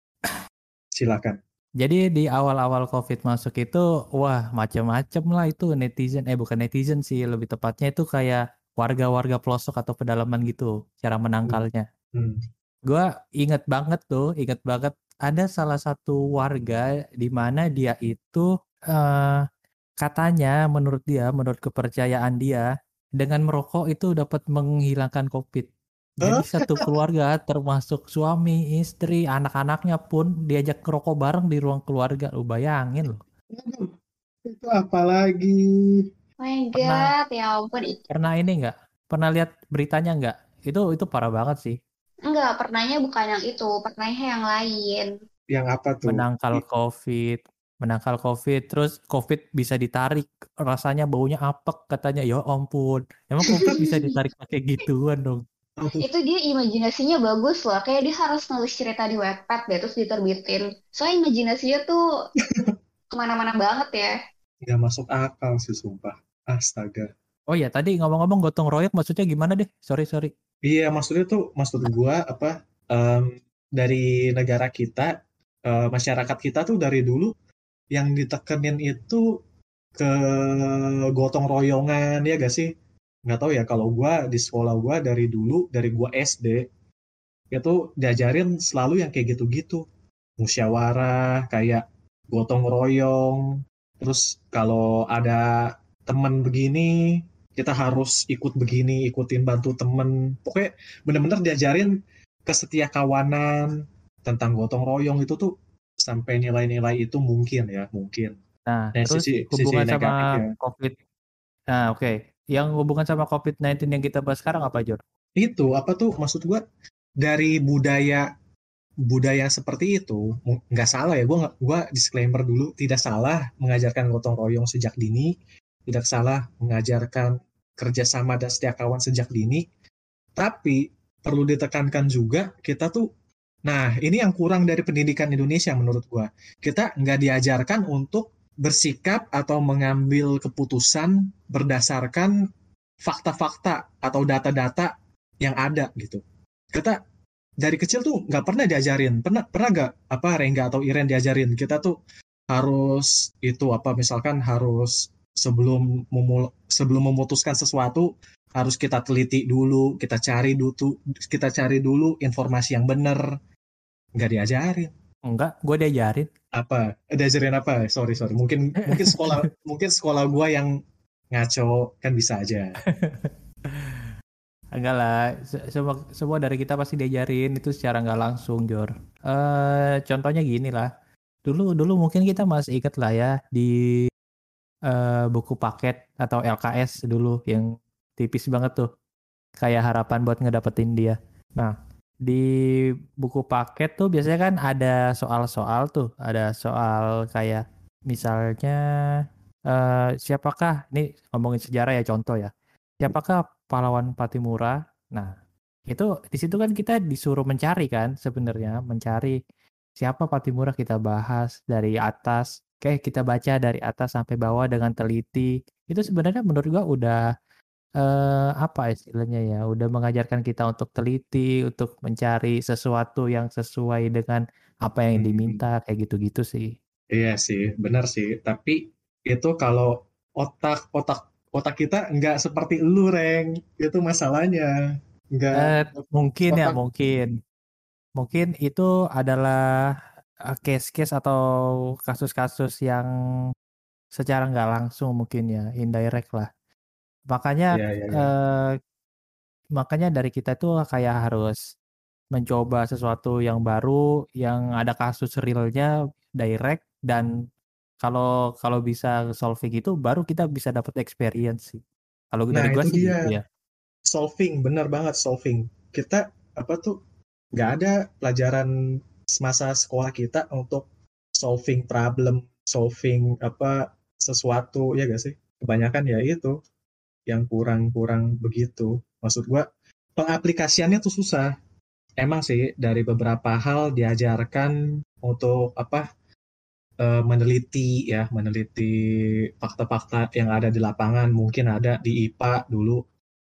Silakan. Jadi di awal-awal COVID masuk itu, wah macam-macam lah itu netizen. Eh bukan netizen sih, lebih tepatnya itu kayak warga-warga pelosok atau pedalaman gitu, cara Hmm. menangkalnya. Hmm. Gue inget banget tuh, inget banget ada salah satu warga di mana dia itu eh, katanya menurut dia, menurut kepercayaan dia, dengan merokok itu dapat menghilangkan COVID. Jadi Hah? satu keluarga termasuk suami, istri, anak-anaknya pun diajak ngerokok bareng di ruang keluarga. Lu bayangin loh. Aduh, itu apa lagi? Oh my Pernah God, ya ampun. pernah ini nggak? Pernah lihat beritanya nggak? Itu itu parah banget sih. Enggak, pernahnya bukan yang itu, pernahnya yang lain. Yang apa tuh? Menangkal I- COVID, menangkal COVID, terus COVID bisa ditarik, rasanya baunya apek katanya. Ya ampun, emang COVID bisa ditarik pakai gituan dong? Itu dia imajinasinya bagus loh, kayak dia harus nulis cerita di Wattpad deh, terus diterbitin. Soalnya imajinasinya tuh kemana-mana banget ya. Nggak masuk akal sih, sumpah. Astaga. Oh ya, tadi ngomong-ngomong gotong royong maksudnya gimana deh? Sorry, sorry. Iya, maksudnya tuh, maksud gua apa, em, dari negara kita, eh, masyarakat kita tuh dari dulu yang ditekenin itu ke gotong royongan, ya gak sih? Nggak tahu ya, kalau gua di sekolah gua dari dulu, dari gua S D, itu diajarin selalu yang kayak gitu-gitu. Musyawarah, kayak gotong royong, terus kalau ada teman begini, kita harus ikut begini, ikutin bantu temen. Pokoknya bener-bener diajarin kesetia kawanan tentang gotong royong itu tuh sampai nilai-nilai itu mungkin ya, mungkin. Nah, Nah, terus sisi sisi hubungan sama negatifnya. COVID. Nah, oke. Yang hubungan sama COVID sembilan belas yang kita bahas sekarang apa, Jor? Itu apa tuh maksud gua dari budaya budaya seperti itu mu- nggak salah ya, gua nggak- gua disclaimer dulu, tidak salah mengajarkan gotong royong sejak dini, tidak salah mengajarkan kerjasama dan setia kawan sejak dini, tapi perlu ditekankan juga kita tuh, nah ini yang kurang dari pendidikan Indonesia menurut gua, kita nggak diajarkan untuk bersikap atau mengambil keputusan berdasarkan fakta-fakta atau data-data yang ada gitu. Kita dari kecil tuh nggak pernah diajarin, pernah pernah nggak apa Rengga atau Iren diajarin kita tuh harus itu apa misalkan harus sebelum memul sebelum memutuskan sesuatu harus kita teliti dulu, kita cari dulu, kita cari dulu informasi yang benar, nggak diajarin. Enggak, gue diajarin. Apa? Diajarin apa? Sorry, sorry. Mungkin mungkin sekolah mungkin sekolah gua yang ngaco, kan bisa aja. Enggak lah, se- semua, semua dari kita pasti diajarin itu secara nggak langsung, Jor. Eh, contohnya gini lah. Dulu dulu mungkin kita masih ingat lah ya di eh, buku paket atau L K S dulu yang tipis banget tuh, kayak harapan buat ngedapetin dia. Nah, di buku paket tuh biasanya kan ada soal-soal tuh, ada soal kayak misalnya eh, siapakah, ini ngomongin sejarah ya contoh ya, siapakah pahlawan Patimura? Nah, itu di situ kan kita disuruh mencari kan sebenarnya, mencari siapa Patimura, kita bahas dari atas, kayak kita baca dari atas sampai bawah dengan teliti. Itu sebenarnya menurut gua udah eh, apa istilahnya ya, udah mengajarkan kita untuk teliti, untuk mencari sesuatu yang sesuai dengan apa yang Hmm, diminta, kayak gitu-gitu sih. iya sih, benar sih. Tapi itu kalau otak otak otak kita nggak seperti lu, Reng. Itu masalahnya. Nggak Eh, mungkin ya, otak. mungkin. Mungkin itu adalah eh, case-case atau kasus-kasus yang secara nggak langsung mungkin ya, indirect lah. Makanya Iya, iya, iya. eh, makanya dari kita tuh kayak harus mencoba sesuatu yang baru, yang ada kasus realnya direct, dan kalau kalau bisa solving itu baru kita bisa dapat experience sih. Kalau Nah, dari gua itu sih dia. gitu ya. Solving, benar banget solving. Kita apa tuh nggak ada pelajaran semasa sekolah kita untuk solving problem, solving apa sesuatu ya gak sih? Kebanyakan ya itu yang kurang-kurang begitu. Maksud gua pengaplikasiannya tuh susah. Emang sih dari beberapa hal diajarkan untuk apa eh, meneliti ya, meneliti fakta-fakta yang ada di lapangan, mungkin ada di I P A dulu.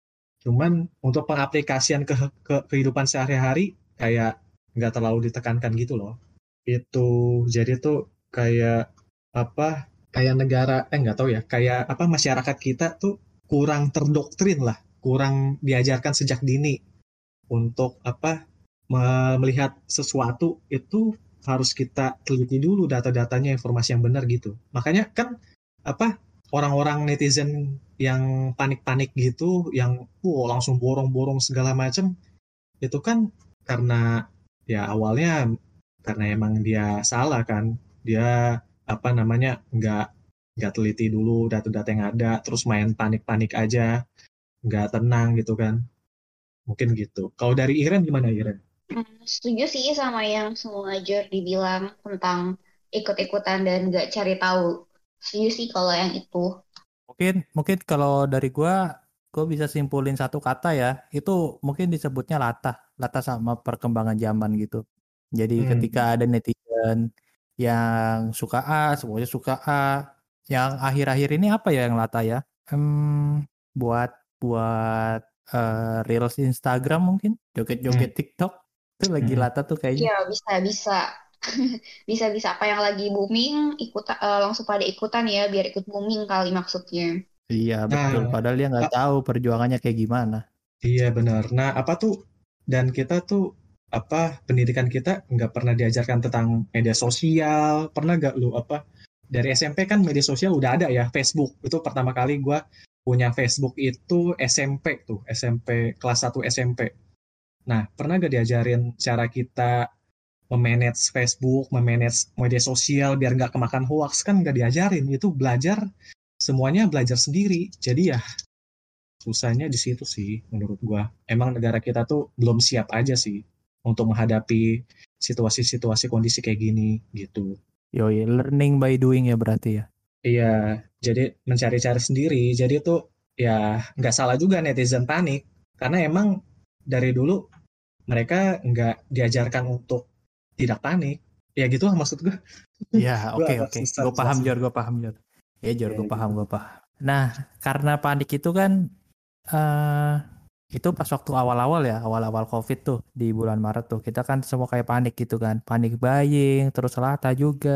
Cuman untuk pengaplikasian ke, ke kehidupan sehari-hari kayak nggak terlalu ditekankan gitu loh. Itu jadi tuh kayak apa? Kayak negara eh nggak tahu ya. Kayak apa masyarakat kita tuh kurang terdoktrin lah, kurang diajarkan sejak dini untuk apa me- melihat sesuatu itu harus kita teliti dulu data-datanya, informasi yang benar gitu. Makanya kan apa orang-orang netizen yang panik-panik gitu, yang wow, langsung borong-borong segala macam, itu kan karena ya awalnya karena emang dia salah kan, dia apa namanya nggak nggak teliti dulu data-data yang ada, terus main panik-panik aja, nggak tenang gitu kan, mungkin gitu. Kalau dari Iren gimana Iren? Hmm, setuju sih sama yang semua Jor dibilang tentang ikut-ikutan dan gak cari tahu. Setuju sih kalau yang itu. Mungkin mungkin kalau dari gua gua bisa simpulin satu kata ya. Itu mungkin disebutnya latah, latah sama perkembangan zaman gitu. Jadi ketika Hmm. ada netizen yang suka A, semuanya suka A. Yang akhir-akhir ini apa ya yang latah ya? Hmm, buat buat eh, reels Instagram mungkin, Hmm. joget-joget TikTok itu lagi Hmm. latah tuh kayaknya. Ya, bisa-bisa. Bisa-bisa apa yang lagi booming, ikut eh, langsung pada ikutan ya, biar ikut booming kali maksudnya. Iya betul. Nah, Padahal dia nggak ah, tahu perjuangannya kayak gimana. iya benar. Nah, apa tuh? Dan kita tuh apa pendidikan kita nggak pernah diajarkan tentang media sosial. Pernah nggak lu apa dari S M P kan media sosial udah ada ya, Facebook. Itu pertama kali gua punya Facebook itu S M P tuh, S M P kelas satu S M P. Nah, pernah nggak diajarin cara kita memanage Facebook, memanage media sosial biar nggak kemakan hoax, kan nggak diajarin. Itu belajar semuanya belajar sendiri. Jadi ya susahnya di situ sih menurut gua. Emang negara kita tuh belum siap aja sih untuk menghadapi situasi-situasi kondisi kayak gini gitu. Yoi, learning by doing ya berarti ya. Iya, jadi mencari-cari sendiri. Jadi tuh ya nggak salah juga netizen panik karena emang dari dulu mereka nggak diajarkan untuk tidak panik. Ya gitu lah maksud gua. Iya, Gua oke agak oke. susah Gue paham jelasin. Jor, gue paham Jor. Ya Jor, Ya gue paham, gitu. gue paham. Nah, karena panik itu kan eh itu pas waktu awal-awal ya, awal-awal COVID tuh di bulan Maret tuh, kita kan semua kayak panik gitu kan, panik buying, terus lata juga,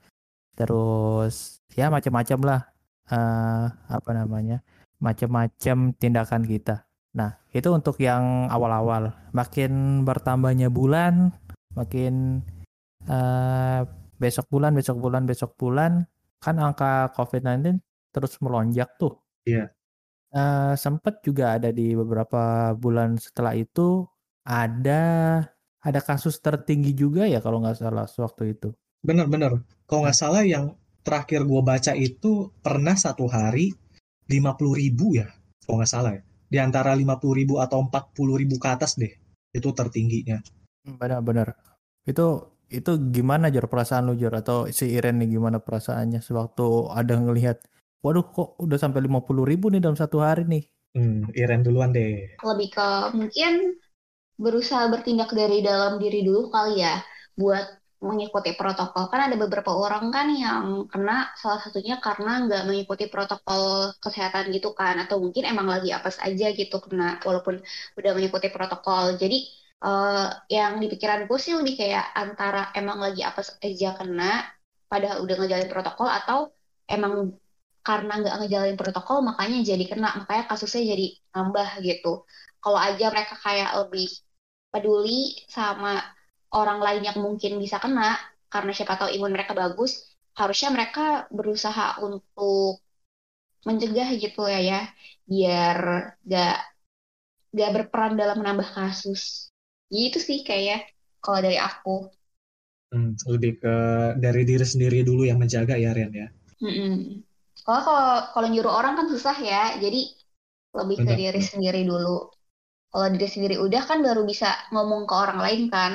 terus ya macam-macam lah, eh apa namanya, macam-macam tindakan kita. Nah, itu untuk yang awal-awal. Makin bertambahnya bulan, makin eh, besok bulan, besok bulan, besok bulan, kan angka covid sembilan belas terus melonjak tuh. Iya. Eh, sempat juga ada di beberapa bulan setelah itu ada ada kasus tertinggi juga ya kalau nggak salah sewaktu itu. Bener-bener. Kalau Nah, nggak salah yang terakhir gue baca itu pernah satu hari lima puluh ribu ya. Kalau nggak salah ya. Di antara lima puluh ribu atau empat puluh ribu ke atas deh. Itu tertingginya. benar-benar. Itu itu gimana Jor perasaan lu Jor atau si Iren nih gimana perasaannya sewaktu ada ngelihat, waduh kok udah sampai lima puluh ribu nih dalam satu hari nih. Hmm, Iren duluan deh. Lebih ke mungkin berusaha bertindak dari dalam diri dulu kali ya, buat mengikuti protokol. Kan ada beberapa orang kan yang kena salah satunya karena nggak mengikuti protokol kesehatan gitu kan, atau mungkin emang lagi apes aja gitu kena walaupun udah mengikuti protokol. Jadi eh, yang di pikiranku sih lebih kayak antara emang lagi apes aja kena padahal udah ngejalanin protokol, atau emang karena nggak ngejalanin protokol makanya jadi kena, makanya kasusnya jadi nambah gitu. Kalau aja mereka kayak lebih peduli sama orang lain yang mungkin bisa kena, karena siapa tahu imun mereka bagus, harusnya mereka berusaha untuk mencegah gitu ya ya, biar gak, gak berperan dalam menambah kasus. Gitu sih kayak kalau dari aku. Hmm, lebih ke dari diri sendiri dulu yang menjaga ya Ren ya. Mm-mm. Kalau kalau kalau nyuruh orang kan susah ya, jadi lebih ke Benar, diri benar. sendiri dulu. Kalau diri sendiri udah kan baru bisa ngomong ke orang lain kan.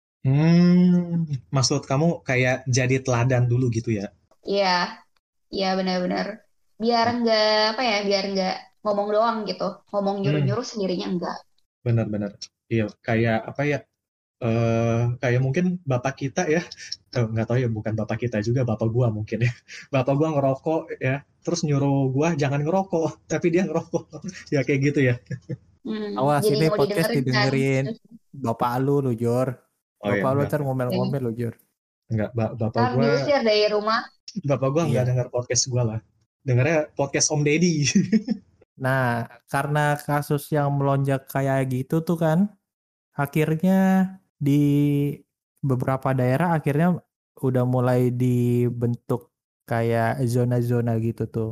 Hmm, maksud kamu kayak jadi teladan dulu gitu ya? Iya, iya benar-benar. Biar nggak apa ya, biar nggak ngomong doang gitu. Ngomong Hmm, nyuruh-nyuruh sendirinya enggak. benar-benar. Iya, kayak apa ya? eh kayak mungkin bapak kita ya, eh, nggak tahu ya, bukan bapak kita juga, bapak gua mungkin ya. Bapak gua ngerokok ya, terus nyuruh gua jangan ngerokok, tapi dia ngerokok. Ya kayak gitu ya. Hmm, Awas jadi ini nggak mau podcast didengerin kan. didengerin bapak lu lu Jor. Oh ya, Bapak lu enggak, ntar enggak. Ya. ngomel-ngomel lu Jor. Enggak, ba- bapak Ntar gua, diusir dari rumah. bapak gua nggak Iya. dengar podcast gua lah. Dengarnya podcast Om Deddy. Nah, karena kasus yang melonjak kayak gitu tuh kan, akhirnya di beberapa daerah akhirnya udah mulai dibentuk kayak zona-zona gitu tuh.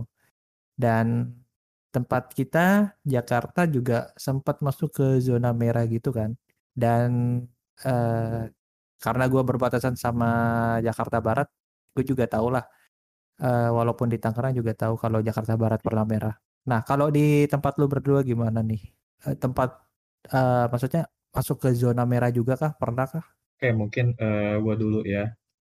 Dan tempat kita, Jakarta juga sempat masuk ke zona merah gitu kan. Dan eh, karena gue berbatasan sama Jakarta Barat, gue juga tahu lah. eh, walaupun di Tangerang juga tahu kalau Jakarta Barat pernah merah. Nah, kalau di tempat lu berdua gimana nih? Eh, tempat, eh, maksudnya masuk ke zona merah juga kah? Pernah kah? Oke, mungkin eh, gua dulu ya.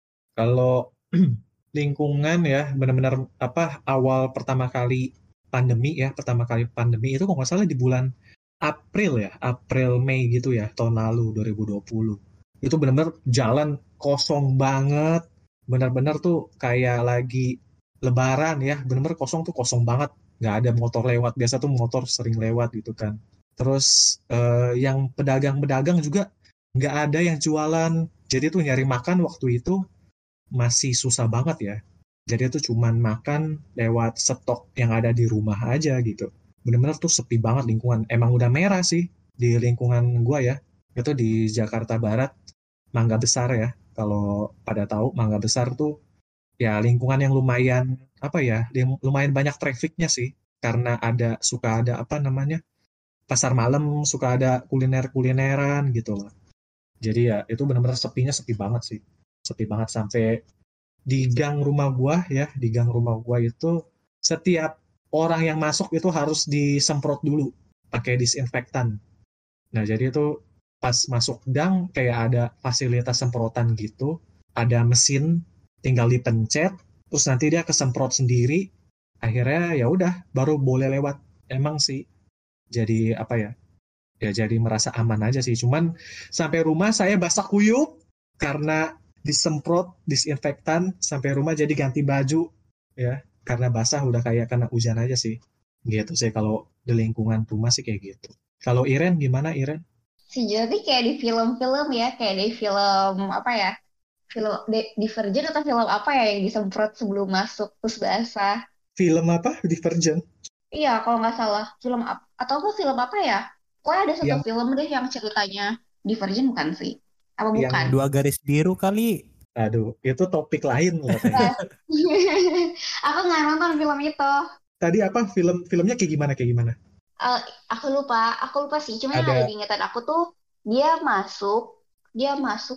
Kalau lingkungan ya, benar-benar apa awal pertama kali pandemi ya, pertama kali pandemi itu kok nggak salah di bulan April ya, April Mei gitu ya, tahun lalu dua ribu dua puluh. Itu benar-benar jalan kosong banget, benar-benar tuh kayak lagi Lebaran ya, benar-benar kosong tuh kosong banget, nggak ada motor lewat. Biasa tuh motor sering lewat gitu kan. Terus eh, yang pedagang-pedagang juga nggak ada yang jualan. Jadi tuh nyari makan waktu itu masih susah banget ya. Jadi itu cuman makan lewat stok yang ada di rumah aja gitu. Bener-bener tuh sepi banget lingkungan. Emang udah merah sih di lingkungan gua ya. Itu di Jakarta Barat, Mangga Besar ya. Kalau pada tahu Mangga Besar tuh ya lingkungan yang lumayan apa ya, lumayan banyak trafficnya sih. Karena ada suka ada apa namanya pasar malam, suka ada kuliner-kulineran gitu loh. Jadi ya itu benar-benar sepinya sepi banget sih. Sepi banget sampai di gang rumah gua ya, di gang rumah gua itu setiap orang yang masuk itu harus disemprot dulu pakai disinfektan. Nah, jadi itu pas masuk gang kayak ada fasilitas semprotan gitu, ada mesin tinggal dipencet, terus nanti dia kesemprot sendiri, akhirnya ya udah baru boleh lewat. Emang sih jadi apa ya? Ya jadi merasa aman aja sih. Cuman sampai rumah saya basah kuyup karena disemprot disinfektan, sampai rumah jadi ganti baju ya karena basah udah kayak kena hujan aja sih. Gitu sih kalau di lingkungan rumah sih kayak gitu. Kalau Iren gimana Iren? Sejauh ini kayak di film-film ya, kayak di film apa ya? Film di- Divergent atau film apa ya yang disemprot sebelum masuk terus basah. Film apa? Divergent? Iya, kalau nggak salah film apa atau apa film apa ya? Pokoknya ada satu Yang film deh yang ceritanya Divergent bukan sih? Apa bukan? yang Dua garis biru kali. Aduh, itu topik lain loh katanya. Aku nggak nonton film itu. Tadi apa film-filmnya kayak gimana kayak gimana? Eh, aku lupa, aku lupa sih. Cuma yang ada Ada. di ingatan aku tuh dia masuk, dia masuk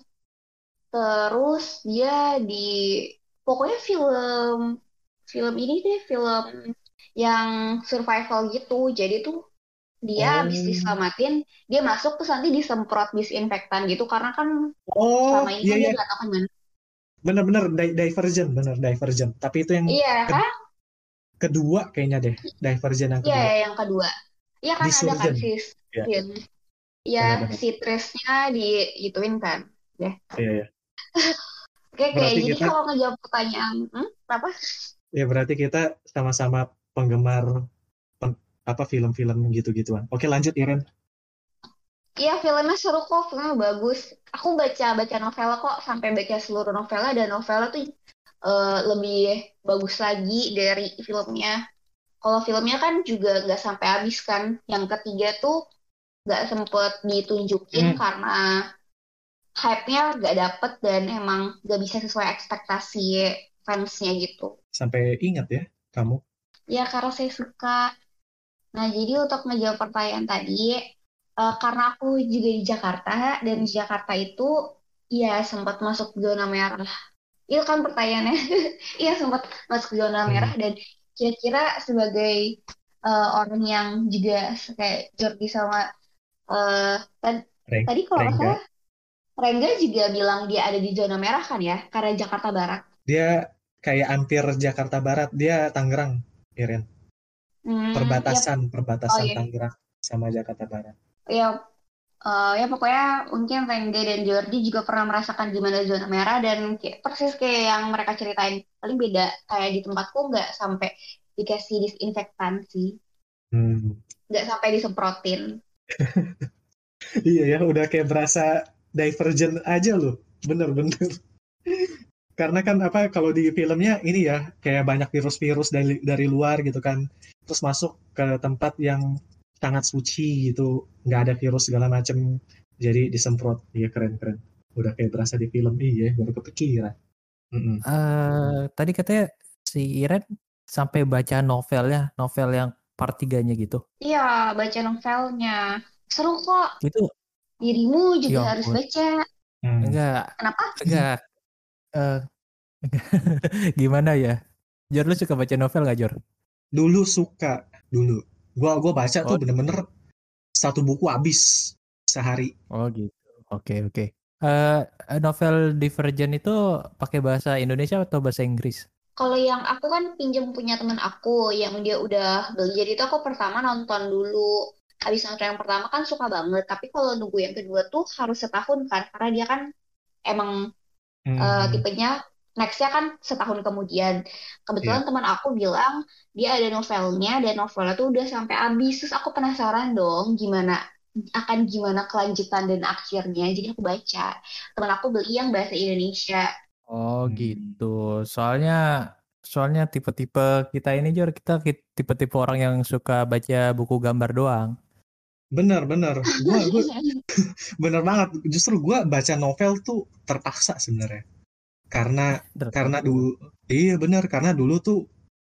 terus dia di pokoknya film film ini deh film yang survival gitu. Jadi tuh dia habis Oh, diselamatin, dia masuk terus nanti disemprot disinfektan gitu karena kan oh, selama ini iya kan dia iya, nggak tahu kan mana. bener-bener Di- Divergent, bener Divergent. Tapi itu yang Iya ke- kan? kedua kayaknya deh, Divergent yang Iya kedua. ya, yang kedua. Iya kan ada kan Disurgent, si ya, si ya benar-benar. si Trisnya di ituin kan. Ya. Iya ya. Oke, kayak Berarti jadi kita, kalau ngejawab pertanyaan, hmm, apa? ya berarti kita sama-sama penggemar pen- apa film-film gitu-gituan. Oke, lanjut Iren. Iya, filmnya seru kok, filmnya bagus. Aku baca baca novel kok, sampai baca seluruh novelnya dan novelnya tuh eh, lebih bagus lagi dari filmnya. Kalau filmnya kan juga nggak sampai habis kan. Yang ketiga tuh nggak sempet ditunjukin Hmm, karena hype-nya nggak dapet dan emang nggak bisa sesuai ekspektasi fansnya gitu. sampai ingat ya kamu. Ya, karena saya suka. Nah, jadi untuk ngejawab pertanyaan tadi, eh, karena aku juga di Jakarta, dan di Jakarta itu ya sempat masuk zona merah. Itu kan pertanyaannya. Iya, sempat masuk zona merah Hmm. dan kira-kira sebagai eh, orang yang juga kayak Jordi sama eh, tad- Reng, tadi kalau nggak Rengga. salah Rengga juga bilang dia ada di zona merah kan ya, karena Jakarta Barat. Dia kayak hampir Jakarta Barat, dia Tangerang, Iren. Hmm, ya, Perbatasan, oh perbatasan iya, Tangerang sama Jakarta Barat. ya. Eh, ya pokoknya mungkin Rengga dan Jordi juga pernah merasakan gimana zona merah dan kayak, persis kayak yang mereka ceritain. Paling beda kayak di tempatku nggak sampai dikasih disinfektan sih, Hmm. nggak sampai disemprotin. Iya ya, udah kayak berasa Divergent aja loh. Bener-bener. Karena kan apa kalau di filmnya ini ya kayak banyak virus-virus dari dari luar gitu kan. Terus masuk ke tempat yang sangat suci gitu, nggak ada virus segala macem. Jadi disemprot. Iya keren-keren. Udah kayak berasa di film. Iya, baru kepikiran. Mm-mm. Eh tadi katanya si Iren sampai baca novelnya, novel yang part tiganya gitu. Iya, baca novelnya seru kok. Itu Dirimu juga ya harus ampun. baca. Hmm. Enggak, Kenapa? enggak. eh gimana ya? Jor lu suka baca novel gak Jor? Dulu suka, dulu. Gua gua baca tuh Oh bener-bener dulu. satu buku habis sehari. Oh gitu. Oke oke. Eh novel Divergent itu pakai bahasa Indonesia atau bahasa Inggris? Kalau yang aku kan pinjam punya teman aku yang dia udah beli, jadi itu aku pertama nonton dulu. Habis nonton yang pertama kan suka banget, tapi kalau nunggu yang kedua tuh harus setahun kan, karena dia kan emang eh, Hmm, tipenya nextnya kan setahun kemudian. iya. Kebetulan teman aku bilang dia ada novelnya dan novelnya tuh udah sampai habis. Terus aku penasaran dong gimana akan gimana kelanjutan dan akhirnya. Jadi aku baca. Teman aku beli yang bahasa Indonesia. Oh Hmm. gitu. Soalnya soalnya tipe-tipe kita ini Jor, kita ki- tipe-tipe orang yang suka baca buku gambar doang. Bener, bener. Gua, gua bener banget. Justru gua baca novel tuh terpaksa sebenarnya. Karena karena Terpaksa. dulu, iya bener. Karena dulu tuh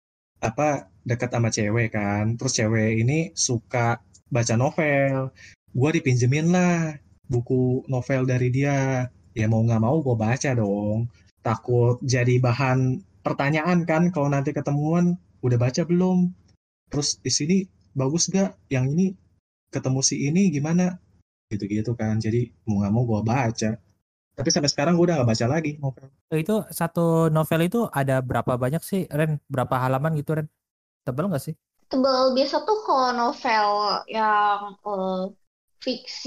apa dekat sama cewek kan. Terus cewek ini suka baca novel. Gua dipinjemin lah buku novel dari dia. Ya mau nggak mau gua baca dong. Takut jadi bahan pertanyaan kan kalau nanti ketemuan udah baca belum? Terus di sini bagus gak? Yang ini ketemu si ini gimana? Gitu-gitu kan. Jadi mau nggak mau gue baca. Tapi sampai sekarang gue udah nggak baca lagi novel. Eh, Itu satu novel itu ada berapa banyak sih Ren? Berapa halaman gitu Ren? Tebal nggak sih? Tebel biasa tuh kalau novel yang eh, fiksi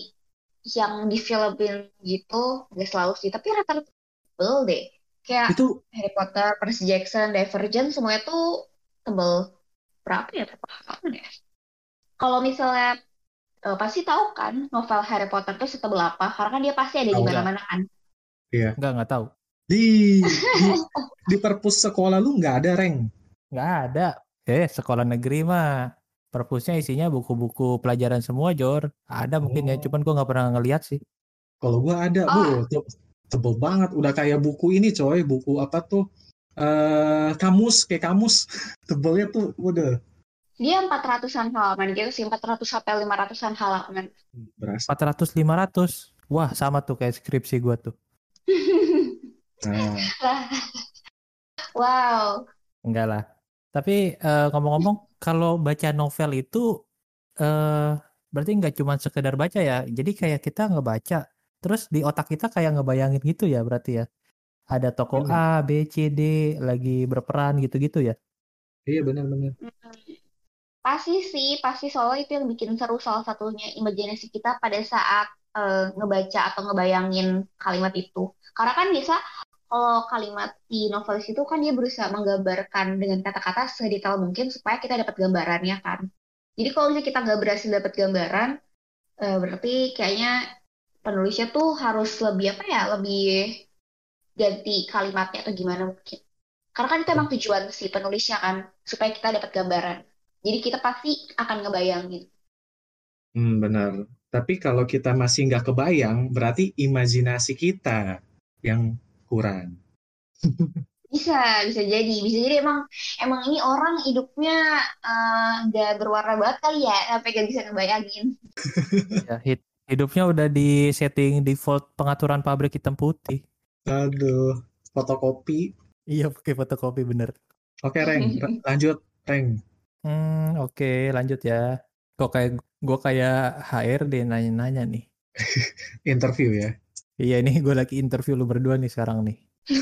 yang difilmin gitu nggak selalu sih, tapi rata-rata tebel deh. Kayak Itu Harry Potter, Percy Jackson, Divergent semuanya tuh tebel. Berapa ya? Berapa halaman ya? Kalau misalnya eh, pasti tahu kan novel Harry Potter tuh setebel apa? Karena kan dia pasti ada di tahu nggak? mana-mana kan. Iya. Nggak, nggak tahu. Di di di perpus sekolah lu nggak ada Reng. Nggak ada. Eh, sekolah negeri mah perpusnya isinya buku-buku pelajaran semua Jor. Ada mungkin ya, Oh, cuman gua nggak pernah ngeliat sih. kalau gue ada, bu, Oh, tuh tebel banget, udah kayak buku ini coy, buku apa tuh, eh kamus, kayak kamus, tebelnya tuh, udah Dia empat ratusan halaman gitu sih, empat ratus sampai lima ratusan halaman. berasa. empat ratus lima ratus. Wah, sama tuh kayak skripsi gua tuh. Nah, Lah, wow. Enggak lah. Tapi eh, ngomong-ngomong, kalau baca novel itu eh berarti nggak cuma sekedar baca ya. Jadi kayak kita ngebaca, terus di otak kita kayak ngebayangin gitu ya berarti ya. Ada tokoh bener. A, B, C, D lagi berperan gitu-gitu ya. Iya benar-benar. Pasti sih, pasti soalnya itu yang bikin seru salah satunya imajinasi kita pada saat eh, ngebaca atau ngebayangin kalimat itu. Karena kan biasa kalau kalimat di novelis itu kan dia berusaha menggambarkan dengan kata-kata sedetail mungkin supaya kita dapat gambarannya kan. Jadi kalau misalnya kita nggak berhasil dapat gambaran, eh, berarti kayaknya penulisnya tuh harus lebih apa ya, lebih ganti kalimatnya atau gimana mungkin. Karena kan itu emang tujuan si penulisnya kan, supaya kita dapat gambaran. Jadi kita pasti akan ngebayangin. Hmm, benar. Tapi kalau kita masih nggak kebayang, berarti imajinasi kita yang kurang. Bisa, bisa jadi. Bisa jadi emang emang ini orang hidupnya eh, nggak berwarna banget kali ya, sampai gak bisa ngebayangin. Ya, hid- hidupnya udah di setting default pengaturan pabrik hitam putih. Aduh, fotokopi. Iya, pakai fotokopi bener. Oke, Reng, R- lanjut, Reng. Hmm, oke, lanjut ya. Kok kayak gue kayak H R D nanya-nanya nih. Interview ya. Iya, ini gue lagi interview lu berdua nih sekarang nih.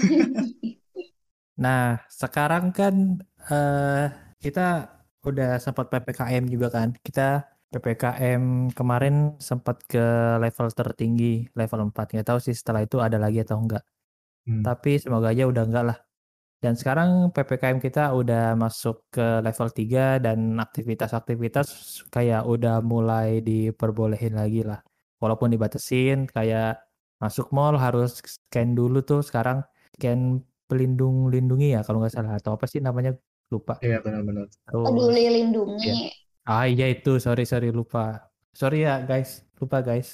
Nah, sekarang kan eh kita udah sempat P P K M juga kan. Kita P P K M kemarin sempat ke level tertinggi, level empat. Nggak tahu sih setelah itu ada lagi atau enggak. Hmm. Tapi semoga aja udah enggak lah. Dan sekarang P P K M kita udah masuk ke level tiga dan aktivitas-aktivitas kayak udah mulai diperbolehin lagi lah. Walaupun dibatasin kayak masuk mall harus scan dulu tuh sekarang, scan pelindung lindungi ya kalau nggak salah, atau apa sih namanya, lupa. Iya, benar-benar. Terus Peduli ya. lindungi. Ah iya itu, sorry sorry lupa. Sorry ya guys, lupa guys.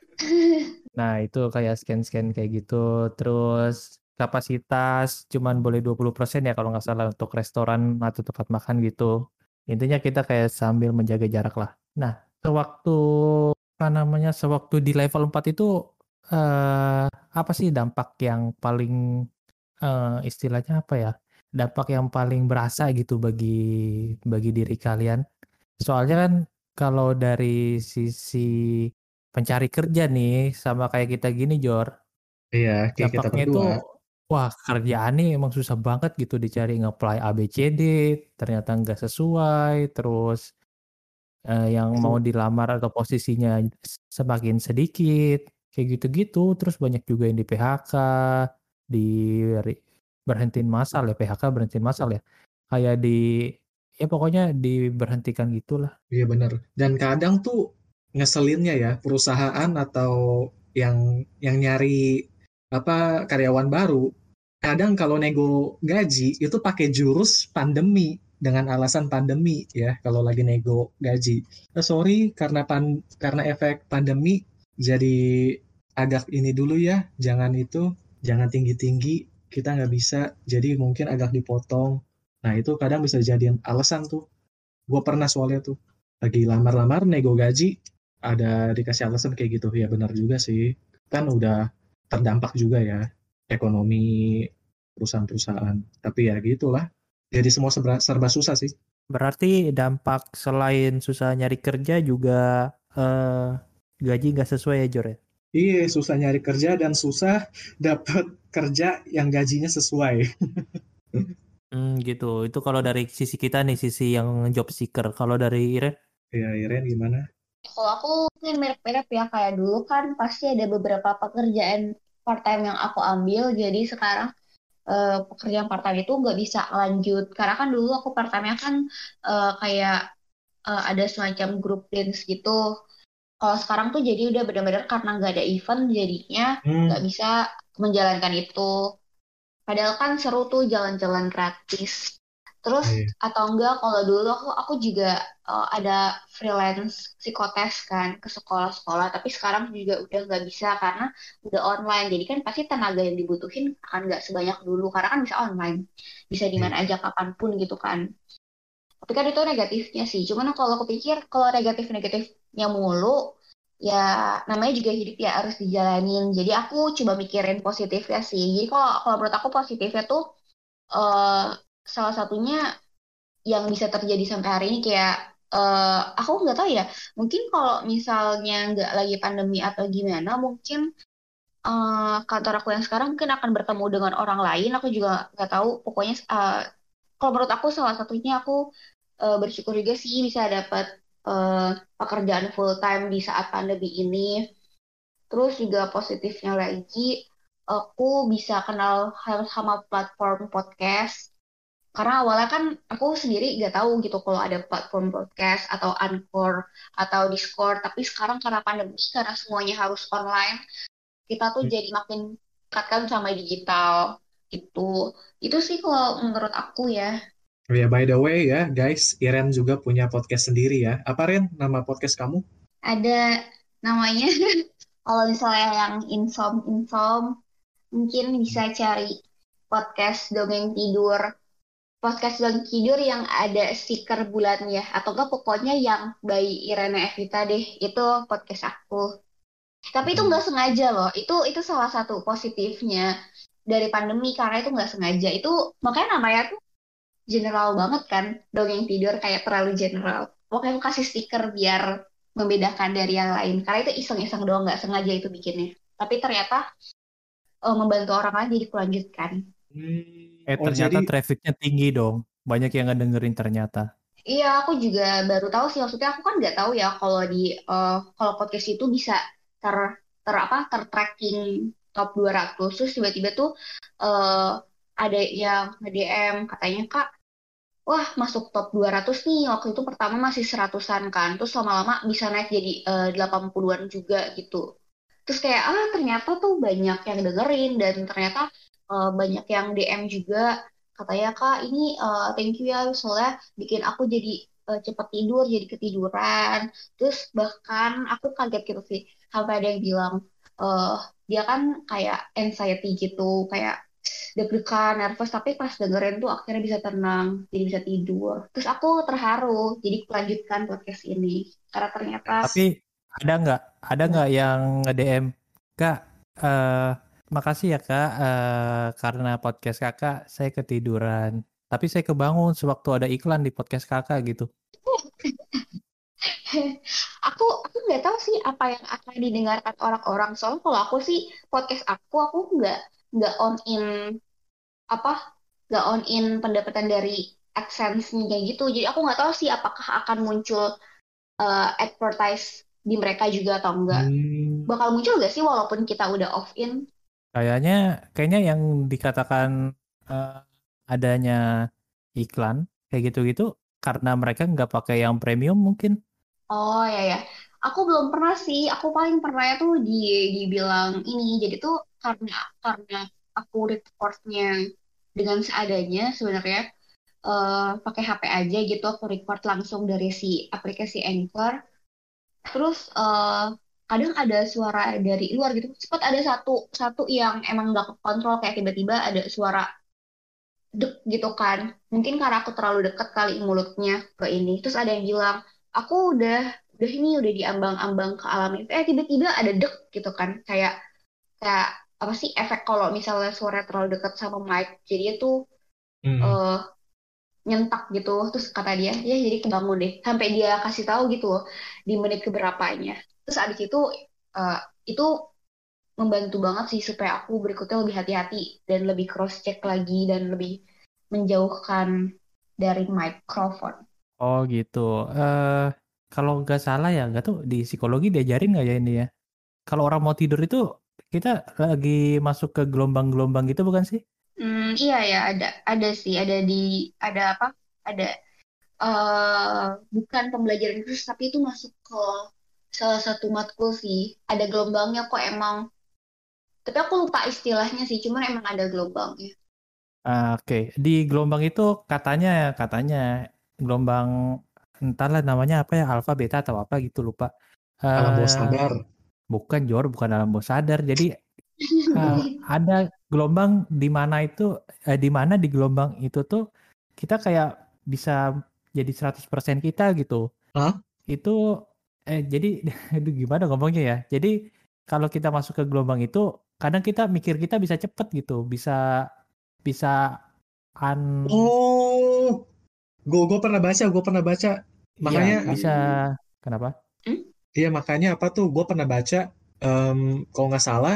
Nah, itu kayak scan-scan kayak gitu. Terus kapasitas cuman boleh dua puluh persen ya kalau nggak salah untuk restoran atau tempat makan gitu. Intinya kita kayak sambil menjaga jarak lah. Nah, sewaktu apa namanya, sewaktu di level empat itu eh apa sih dampak yang paling eh, istilahnya apa ya? Dampak yang paling berasa gitu bagi bagi diri kalian. Soalnya kan kalau dari sisi pencari kerja nih sama kayak kita gini Jor, Iya, kayak kita dampaknya itu berdua. wah kerjaan nih emang susah banget gitu dicari, nge-apply A B C D ternyata nggak sesuai, terus eh, yang mau dilamar atau posisinya semakin sedikit kayak gitu-gitu, terus banyak juga yang di P H K, di berhentiin massal ya, P H K berhentiin massal ya, kayak di ya pokoknya diberhentikan gitulah. Iya benar. Dan kadang tuh ngeselinnya ya perusahaan atau yang yang nyari apa karyawan baru. Kadang kalau nego gaji itu pakai jurus pandemi dengan alasan pandemi ya kalau lagi nego gaji. Eh, sorry karena pan karena efek pandemi jadi agak ini dulu ya, jangan itu, jangan tinggi-tinggi, kita nggak bisa, jadi mungkin agak dipotong. Nah itu kadang bisa jadiin alasan tuh. Gue pernah soalnya tuh lagi lamar-lamar nego gaji ada dikasih alasan kayak gitu. Ya benar juga sih, kan udah terdampak juga ya ekonomi perusahaan-perusahaan, tapi ya gitulah, jadi semua serba, serba susah sih. Berarti dampak selain susah nyari kerja juga eh, gaji nggak sesuai ya Jor ya? Iya, susah nyari kerja dan susah dapat kerja yang gajinya sesuai. Hmm, gitu. Itu kalau dari sisi kita nih, sisi yang job seeker. Kalau dari Iren? Ya Iren gimana? Kalau aku mungkin mirip-mirip ya kayak dulu kan pasti ada beberapa pekerjaan part time yang aku ambil. Jadi sekarang eh, pekerjaan part time itu nggak bisa lanjut karena kan dulu aku part time-nya kan eh, kayak eh, ada semacam grup dance gitu. Kalau sekarang tuh jadi udah benar-benar karena nggak ada event jadinya nggak Hmm, bisa menjalankan itu. Padahal kan seru tuh jalan-jalan gratis. Terus Iya. atau enggak kalau dulu aku aku juga uh, ada freelance psikotes kan ke sekolah-sekolah, tapi sekarang juga udah nggak bisa karena udah online. Jadi kan pasti tenaga yang dibutuhin akan nggak sebanyak dulu karena kan bisa online, bisa di mana Iya. aja kapanpun gitu kan. Tapi kan itu negatifnya sih. Cuman kalau aku pikir kalau negatif-negatifnya mulu, ya namanya juga hidup ya harus dijalanin. Jadi aku coba mikirin positifnya sih. Jadi kalau kalau menurut aku positifnya tuh eh salah satunya yang bisa terjadi sampai hari ini kayak eh aku nggak tahu ya. Mungkin kalau misalnya nggak lagi pandemi atau gimana, mungkin eh kantor aku yang sekarang mungkin akan bertemu dengan orang lain. Aku juga nggak tahu. Pokoknya eh, kalau menurut aku salah satunya aku eh, bersyukur juga sih bisa dapat eh, pekerjaan full time di saat pandemi ini. Terus juga positifnya lagi, aku bisa kenal hal sama platform podcast. Karena awalnya kan aku sendiri nggak tahu gitu kalau ada platform podcast atau Anchor atau Discord. Tapi sekarang karena pandemi, karena semuanya harus online, kita tuh jadi makin dekatkan sama digital gitu. Itu sih kalau menurut aku ya. Oh ya, by the way ya, guys, Iren juga punya podcast sendiri ya. Apa Ren nama podcast kamu? Ada namanya kalau misalnya yang insom-insom mungkin bisa cari podcast dongeng tidur. Podcast dongeng tidur yang ada stiker bulannya atau enggak pokoknya yang by Irene Evita deh. Itu podcast aku. Tapi itu Hmm. nggak sengaja loh. Itu itu salah satu positifnya dari pandemi karena itu nggak sengaja. Itu makanya namanya tuh general banget kan. Dongeng tidur kayak terlalu general. Pokoknya aku kasih stiker biar membedakan dari yang lain. Karena itu iseng-iseng doang nggak sengaja itu bikinnya. Tapi ternyata eh, membantu orang lain jadi kelanjutkan. Hmm. Eh Oh ternyata jadi, trafficnya tinggi dong. Banyak yang ngedengerin ternyata. Iya, aku juga baru tahu sih. Maksudnya aku kan nggak tahu ya kalau di eh, kalau podcast itu bisa ter ter apa tertracking top dua ratus. Terus tiba-tiba tuh eh, ada yang nge-D M katanya Kak, wah masuk top dua ratus nih. Waktu itu pertama masih seratusan kan. Terus lama-lama bisa naik jadi eh, delapan puluhan-an juga gitu. Terus kayak ah ternyata tuh banyak yang dengerin dan ternyata eh, banyak yang D M juga katanya Kak ini eh, thank you ya soalnya bikin aku jadi eh, cepet tidur jadi ketiduran. Terus bahkan aku kaget gitu sih sampai ada yang bilang eh dia kan kayak anxiety gitu kayak deg-degan nervous tapi pas dengerin tuh akhirnya bisa tenang jadi bisa tidur. Terus aku terharu jadi melanjutkan podcast ini karena ternyata Tapi ada nggak ada nggak yang nge-D M Kak, eh makasih ya Kak, eh karena podcast Kakak saya ketiduran. Tapi saya kebangun sewaktu ada iklan di podcast Kakak gitu. aku aku nggak tahu sih apa yang akan didengarkan orang-orang. Soalnya kalau aku sih podcast aku aku nggak nggak on in apa nggak on in pendapatan dari AdSense-nya kayak gitu. Jadi aku nggak tahu sih apakah akan muncul eh, advertise di mereka juga atau enggak. hmm, Bakal muncul nggak sih walaupun kita udah off in? Kayaknya kayaknya yang dikatakan eh, adanya iklan kayak gitu-gitu karena mereka nggak pakai yang premium mungkin. Oh ya ya. Aku belum pernah sih. Aku paling pernah tuh di dibilang ini. Jadi tuh karena karena aku recordnya dengan seadanya sebenarnya eh, pakai H P aja gitu aku record langsung dari si aplikasi Anchor. Terus eh, kadang ada suara dari luar gitu. Sempat ada satu satu yang emang nggak kontrol kayak tiba-tiba ada suara dek gitu kan. Mungkin karena aku terlalu deket kali mulutnya ke ini. Terus ada yang bilang, aku udah udah ini udah diambang-ambang ke alam itu. Eh tiba-tiba ada dek gitu kan. Kayak kayak apa sih efek kalau misalnya suara terlalu dekat sama mic. Jadi itu hmm. eh, nyentak gitu. Terus kata dia, ya jadi kebangun deh. Sampai dia kasih tahu gitu loh di menit keberapanya. Terus abis itu eh, itu membantu banget sih supaya aku berikutnya lebih hati-hati dan lebih cross check lagi dan lebih menjauhkan dari mikrofon. Oh gitu. Eh kalau nggak salah ya nggak tuh di psikologi diajarin nggak ya ini ya? Kalau orang mau tidur itu kita lagi masuk ke gelombang-gelombang gitu bukan sih? Hmm, iya ya ada ada sih ada di ada apa ada eh bukan pembelajaran khusus tapi itu masuk ke salah satu matkul sih ada gelombangnya kok emang tapi aku lupa istilahnya sih cuman emang ada gelombangnya. Ah, Oke, di gelombang itu katanya katanya gelombang entahlah namanya apa ya, alfa, beta atau apa gitu lupa. Alam bawah Eh sadar. bukan Jor, bukan alam bawah sadar. Jadi eh, ada gelombang di mana itu eh, di mana di gelombang itu tuh kita kayak bisa jadi seratus persen kita gitu. Hah? Itu eh jadi aduh, gimana ngomongnya ya? Jadi kalau kita masuk ke gelombang itu kadang kita mikir kita bisa cepet gitu, bisa bisa an Oh, gue gue pernah baca, gue pernah baca. iya Makanya, bisa kenapa? Hmm? iya makanya apa tuh? Gue pernah baca. em, kalau nggak salah,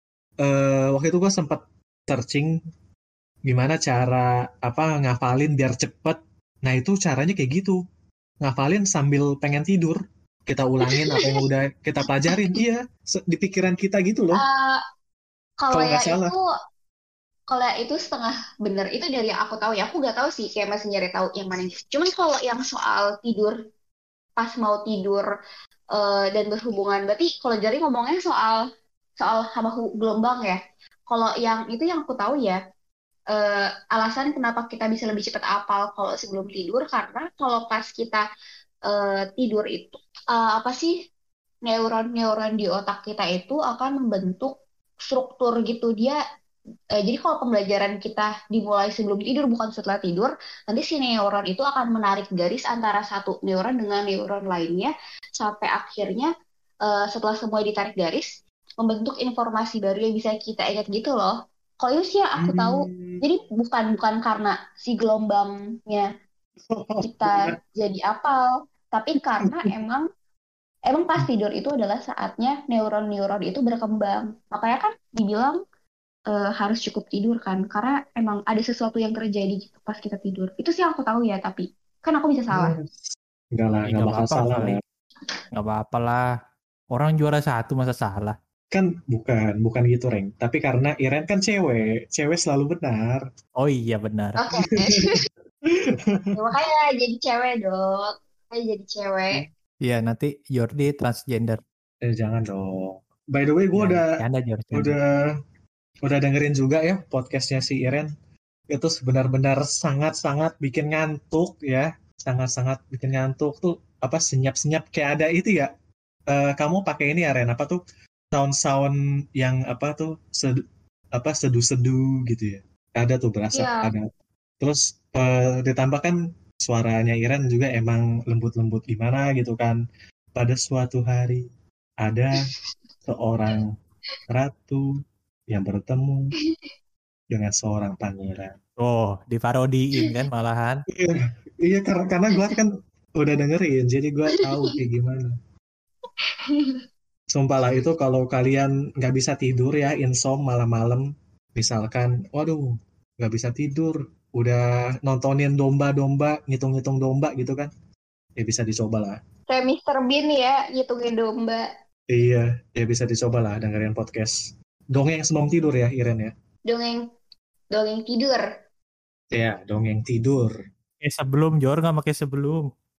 eh, waktu itu gue sempat searching gimana cara apa ngafalin biar cepet. Nah itu caranya kayak gitu. Ngafalin sambil pengen tidur. Kita ulangin apa yang udah kita pelajarin. Iya, se- di pikiran kita gitu loh. Eh, kalau Kalau nggak yang salah. itu kalau yang itu setengah bener itu dari yang aku tahu ya. Aku nggak tahu sih kayak masih nyari tahu yang mana. Cuman kalau yang soal tidur pas mau tidur eh, dan berhubungan, berarti kalau Jari ngomongnya soal soal sama hu- gelombang ya. Kalau yang itu yang aku tahu ya, eh, alasan kenapa kita bisa lebih cepat apal kalau sebelum tidur karena kalau pas kita eh, tidur itu eh, apa sih neuron-neuron di otak kita itu akan membentuk struktur gitu dia. Eh, jadi kalau pembelajaran kita dimulai sebelum tidur bukan setelah tidur, nanti si neuron itu akan menarik garis antara satu neuron dengan neuron lainnya sampai akhirnya eh, setelah semua ditarik garis membentuk informasi baru yang bisa kita ingat gitu loh. Kalau itu sih yang aku tahu. Hmm. Jadi bukan bukan karena si gelombangnya kita jadi apal, tapi karena emang emang pas tidur itu adalah saatnya neuron-neuron itu berkembang. Makanya kan dibilang eh, harus cukup tidur kan, karena emang ada sesuatu yang terjadi gitu pas kita tidur. Itu sih yang aku tahu ya, tapi kan aku bisa salah. Enggak lah, Ya nggak nggak bakal apa-apa salah kali, lah. nggak apa-apa lah. Orang juara satu masa salah. Kan bukan, bukan gitu, Reng. Tapi karena Iren kan cewek, cewek selalu benar. Oh iya benar. Oke, ya, makanya jadi cewek dong. Makanya jadi cewek. Iya nanti Jordi transgender. Eh, jangan dong. By the way, gue Ya udah canda Jor, canda. udah udah dengerin juga ya podcastnya si Iren. Itu benar-benar sangat-sangat bikin ngantuk ya. Sangat-sangat bikin ngantuk tuh apa senyap-senyap kayak ada itu ya. Eh, kamu pakai ini ya Ren, apa tuh sound-sound yang apa tuh sed- apa seduh-seduh gitu ya. Ada tuh berasa Iya, ada. Terus eh, ditambahkan suaranya Iren juga emang lembut-lembut gimana gitu kan. Pada suatu hari ada seorang ratu yang bertemu dengan seorang pangeran. Oh diparodiin kan malahan. Iya, iya karena karena gue kan udah dengerin, jadi gue tahu kayak gimana. Sumpah lah itu kalau kalian nggak bisa tidur ya, insom malam-malam, misalkan, waduh, nggak bisa tidur, udah nontonin domba-domba, ngitung-ngitung domba gitu kan, ya bisa dicoba lah. kayak mister Bean ya, ngitungin domba. Iya, ya bisa dicoba lah dengerin podcast. Dongeng sebelum tidur ya, Iren ya. Dongeng, dongeng tidur. Ya, dongeng tidur. Eh sebelum Jor nggak pakai sebelum.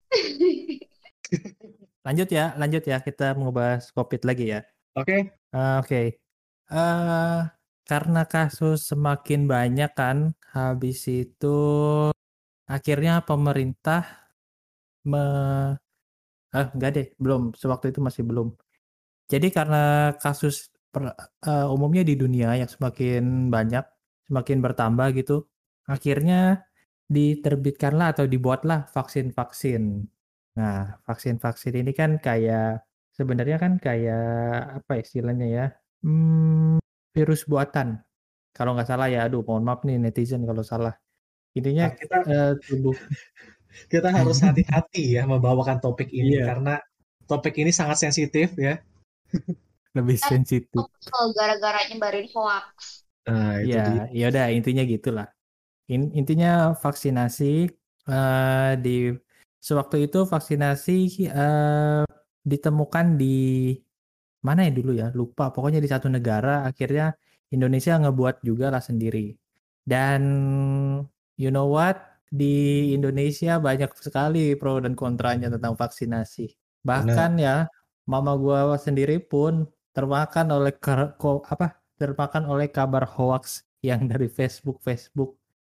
Lanjut ya, lanjut ya kita mau bahas COVID lagi ya. Oke, Eh, Oke. Eh, karena kasus semakin banyak kan, habis itu akhirnya pemerintah me eh enggak deh, belum. Sewaktu itu masih belum. Jadi karena kasus per- eh, umumnya di dunia yang semakin banyak, semakin bertambah gitu, akhirnya diterbitkanlah atau dibuatlah vaksin-vaksin. Nah, vaksin-vaksin ini kan kayak sebenarnya kan kayak apa istilahnya ya? Hmm, virus buatan. Kalau nggak salah ya, aduh mohon maaf nih netizen kalau salah. Intinya nah, kita eh, tubuh. kita harus hati-hati ya membawakan topik ini Iya, karena topik ini sangat sensitif ya. lebih Eh, sensitif. kalau gara-gara nyebarin hoax. Nah, itu dia. Ya, ya udah intinya gitulah. In- intinya vaksinasi eh, di sewaktu itu vaksinasi eh, ditemukan di mana ya dulu ya lupa pokoknya di satu negara akhirnya Indonesia ngebuat juga lah sendiri dan you know what di Indonesia banyak sekali pro dan kontranya tentang vaksinasi Benar. bahkan ya mama gua sendiri pun termakan oleh ker- ko- apa termakan oleh kabar hoax yang dari Facebook Facebook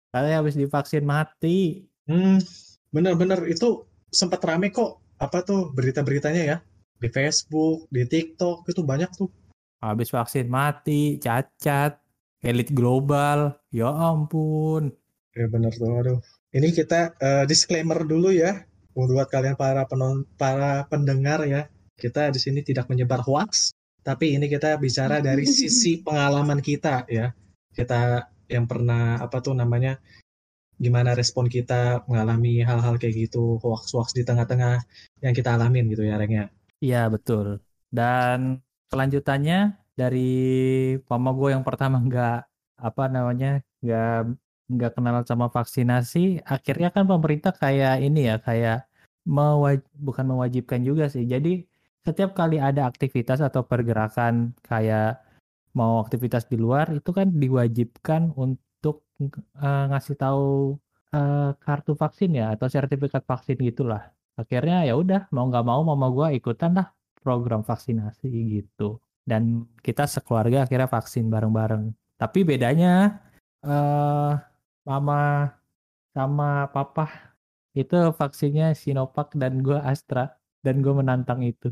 Katanya habis divaksin mati. Hmm, bener-bener itu sempat rame kok apa tuh berita-beritanya ya di Facebook, di TikTok itu banyak tuh. Habis vaksin mati, cacat, elit global. Ya ampun. Ya bener tuh, aduh. Ini kita eh, disclaimer dulu ya buat kalian para penon para pendengar ya. Kita di sini tidak menyebar hoax, tapi ini kita bicara dari sisi pengalaman kita ya. Kita yang pernah apa tuh namanya gimana respon kita mengalami hal-hal kayak gitu, hoax-hoax di tengah-tengah yang kita alamin gitu ya, Reng ya. Iya betul. Dan kelanjutannya dari mama gue yang pertama nggak apa namanya nggak nggak kenal sama vaksinasi, akhirnya kan pemerintah kayak ini ya kayak mewaj bukan mewajibkan juga sih. Jadi setiap kali ada aktivitas atau pergerakan kayak mau aktivitas di luar itu kan diwajibkan untuk eh, ngasih tahu eh, kartu vaksin ya atau sertifikat vaksin gitulah. Akhirnya ya udah mau nggak mau mama gua ikutan lah program vaksinasi gitu. Dan kita sekeluarga akhirnya vaksin bareng-bareng. Tapi bedanya eh mama sama papa itu vaksinnya Sinovac dan gua Astra dan gua menantang itu.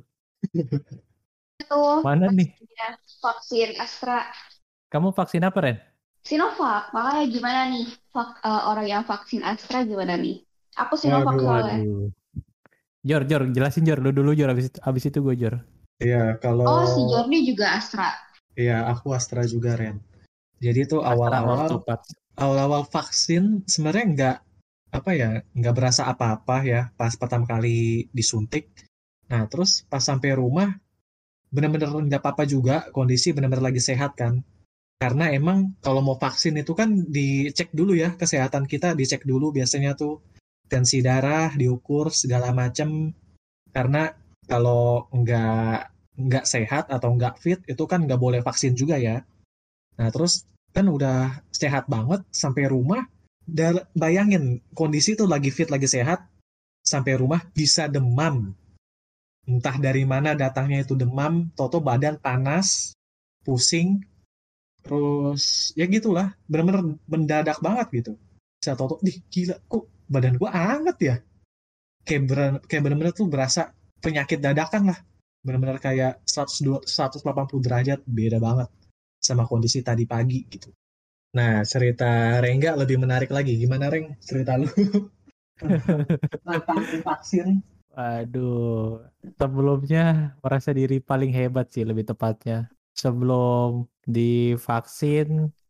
Itu Mana nih? pastinya vaksin Astra. Kamu vaksin apa, Ren? Sinovac, makanya gimana nih vak- eh, orang yang vaksin Astra gimana nih? Aku Sinovac Waduh, soalnya. Waduh. Jor, Jor, jelasin Jor, lu dulu Jor, abis itu, abis itu gue Jor. iya kalau Oh, si Jordi juga Astra. ya aku Astra juga, Ren. Jadi itu Astra awal-awal waktu pas. awal-awal vaksin sebenarnya nggak apa ya nggak berasa apa-apa ya pas pertama kali disuntik. Nah terus pas sampai rumah benar-benar nggak apa-apa juga, kondisi benar-benar lagi sehat kan. Karena emang kalau mau vaksin itu kan dicek dulu ya kesehatan kita, dicek dulu biasanya tuh tensi darah diukur segala macam. Karena kalau nggak nggak sehat atau nggak fit itu kan nggak boleh vaksin juga ya. Nah terus kan udah sehat banget sampai rumah, dan bayangin kondisi tuh lagi fit lagi sehat sampai rumah bisa demam. Entah dari mana datangnya itu demam, toto badan panas, pusing, terus ya gitulah, bener-bener mendadak banget gitu. Bisa toto, ih gila kok badan gua anget ya. Kayak bener, kayak bener-bener tuh berasa penyakit dadakan lah. Bener-bener kayak seratus dua seratus delapan puluh derajat beda banget sama kondisi tadi pagi gitu. Nah, cerita Rengga lebih menarik lagi. Gimana, Reng? Cerita lu tentang vaksin. Aduh, sebelumnya merasa diri paling hebat sih lebih tepatnya. Sebelum divaksin,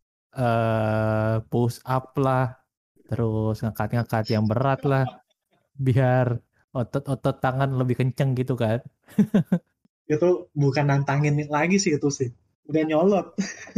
eh push up lah, terus ngangkat-ngangkat yang berat lah, biar otot-otot tangan lebih kenceng gitu kan. Itu bukan nantangin lagi sih itu sih. Udah nyolot.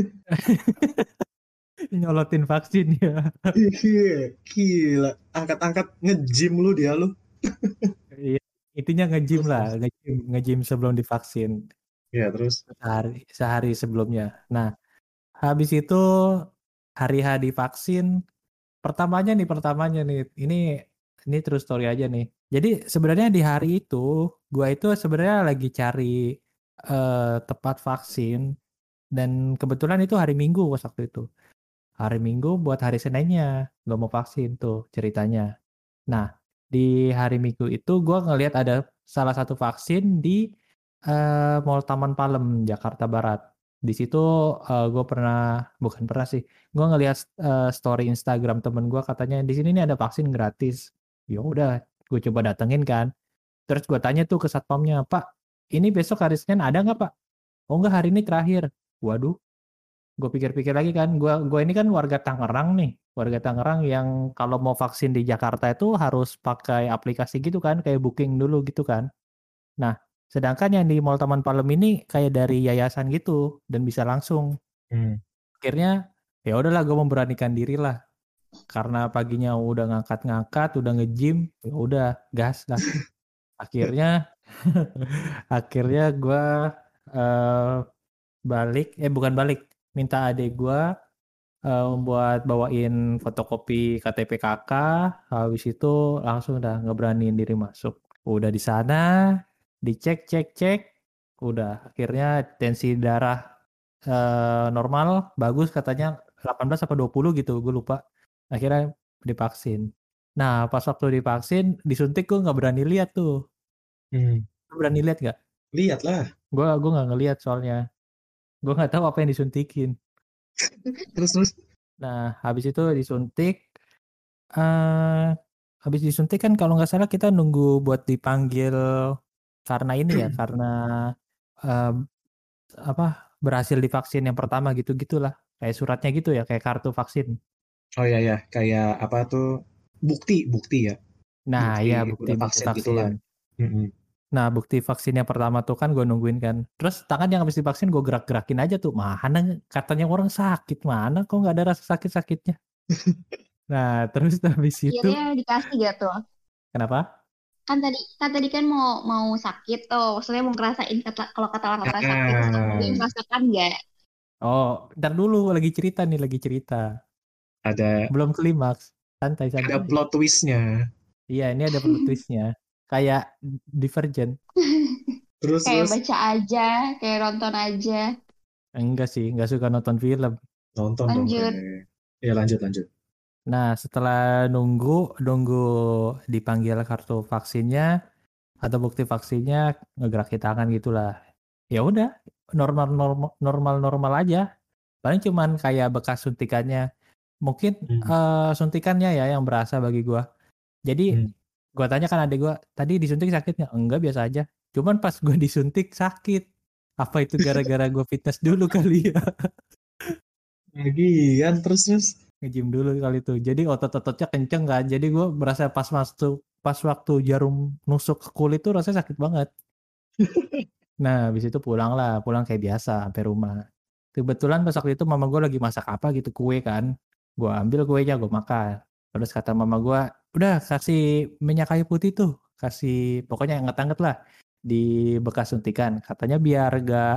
Nyolotin vaksin ya. Iya, gila. Angkat-angkat nge-gym lu dia lu. Iya, intinya nge-gym Terus, lah, terus. nge-gym, nge-gym sebelum divaksin. Ya, terus. Sehari, sehari sebelumnya. Nah, habis itu hari H divaksin, pertamanya nih, pertamanya nih, ini ini true story aja nih. Jadi sebenarnya di hari itu, gua itu sebenarnya lagi cari eh, tempat vaksin dan kebetulan itu hari Minggu pas waktu itu. Hari Minggu buat hari Seninnya, gua mau vaksin tuh ceritanya. Nah, di hari Minggu itu gua ngelihat ada salah satu vaksin di eh, Mall Taman Palem, Jakarta Barat. Di situ eh, gue pernah, bukan pernah sih, gue ngelihat eh, story Instagram temen gue katanya di sini nih ada vaksin gratis. Ya udah, gue coba datengin kan. Terus gue tanya tuh ke satpamnya, Pak, ini besok hari Senin ada nggak Pak? Oh enggak, hari ini terakhir. Waduh, gue pikir-pikir lagi kan, gue gue ini kan warga Tangerang nih, warga Tangerang yang kalau mau vaksin di Jakarta itu harus pakai aplikasi gitu kan, kayak booking dulu gitu kan. Nah, sedangkan yang di Mall Taman Palem ini kayak dari yayasan gitu dan bisa langsung. Hmm. Akhirnya ya udahlah gue memberanikan diri lah. Karena paginya udah ngangkat-ngangkat, udah nge-gym, ya udah gas lah. Akhirnya akhirnya gue eh, balik, eh bukan balik, minta adik gue eh, buat bawain fotokopi K T P K K. Habis itu langsung udah ngeberaniin diri masuk. Udah di sana, dicek cek cek, udah akhirnya tensi darah eh, normal bagus katanya delapan belas apa dua puluh gitu gue lupa. Akhirnya divaksin. Nah pas waktu divaksin disuntik gue nggak berani lihat tuh. Hmm. Lu berani lihat nggak? Lihat lah. Gue gue nggak ngelihat soalnya. Gue nggak tahu apa yang disuntikin. Terus terus. Nah habis itu disuntik. eh habis disuntik kan kalau nggak salah kita nunggu buat dipanggil karena ini ya karena eh, apa berhasil divaksin yang pertama gitu gitulah kayak suratnya gitu ya kayak kartu vaksin. Oh ya ya, kayak apa tuh bukti bukti ya, Nah ya bukti udah bukti-bukti vaksin gitulah. vaksin. Mm-mm. Nah bukti vaksin yang pertama tuh kan gue nungguin kan. Terus tangan yang habis divaksin gue gerak-gerakin aja tuh. Mana katanya orang sakit mana kok nggak ada rasa sakit-sakitnya. Nah terus habis itu Akhirnya dikasih gak tuh? kenapa? Kan tadi kan tadi kan mau mau sakit tuh, maksudnya mau ngerasain kata kalau kata orang-orang sakit, terus kamu Ah, merasakan nggak? Oh ntar dulu lagi cerita nih lagi cerita. ada Belum klimaks. ada Santai-santai. plot twistnya. Iya ini ada plot twistnya. Kayak Divergent. Terus Kayak terus baca aja, kayak nonton aja. Enggak sih, enggak suka nonton film. nonton dong Lanjut. Rene. Ya lanjut lanjut. Nah, setelah nunggu, nunggu dipanggil kartu vaksinnya atau bukti vaksinnya, ngegerakin tangan gitulah. Ya udah, normal normal normal normal aja. Paling cuman kayak bekas suntikannya. Mungkin Hmm. eh, suntikannya ya yang berasa bagi gua. Jadi Hmm. gua tanya kan adek gua, tadi disuntik sakit nggak? Enggak, biasa aja. Cuman pas gua disuntik sakit. Apa itu gara-gara gua fitness dulu kali ya? Lagian terus terus. Nge-gym dulu kali itu. Jadi otot-ototnya kenceng kan. Jadi gue berasa pas masuk pas waktu jarum nusuk ke kulit tuh rasanya sakit banget. Nah, habis itu pulang lah, pulang kayak biasa sampai rumah. Kebetulan pas waktu itu mama gue lagi masak apa gitu kue kan. Gue ambil kuenya, gue makan. Terus kata mama gue, udah kasih minyak kayu putih tuh. Kasih pokoknya yang anget-anget lah di bekas suntikan. Katanya biar gak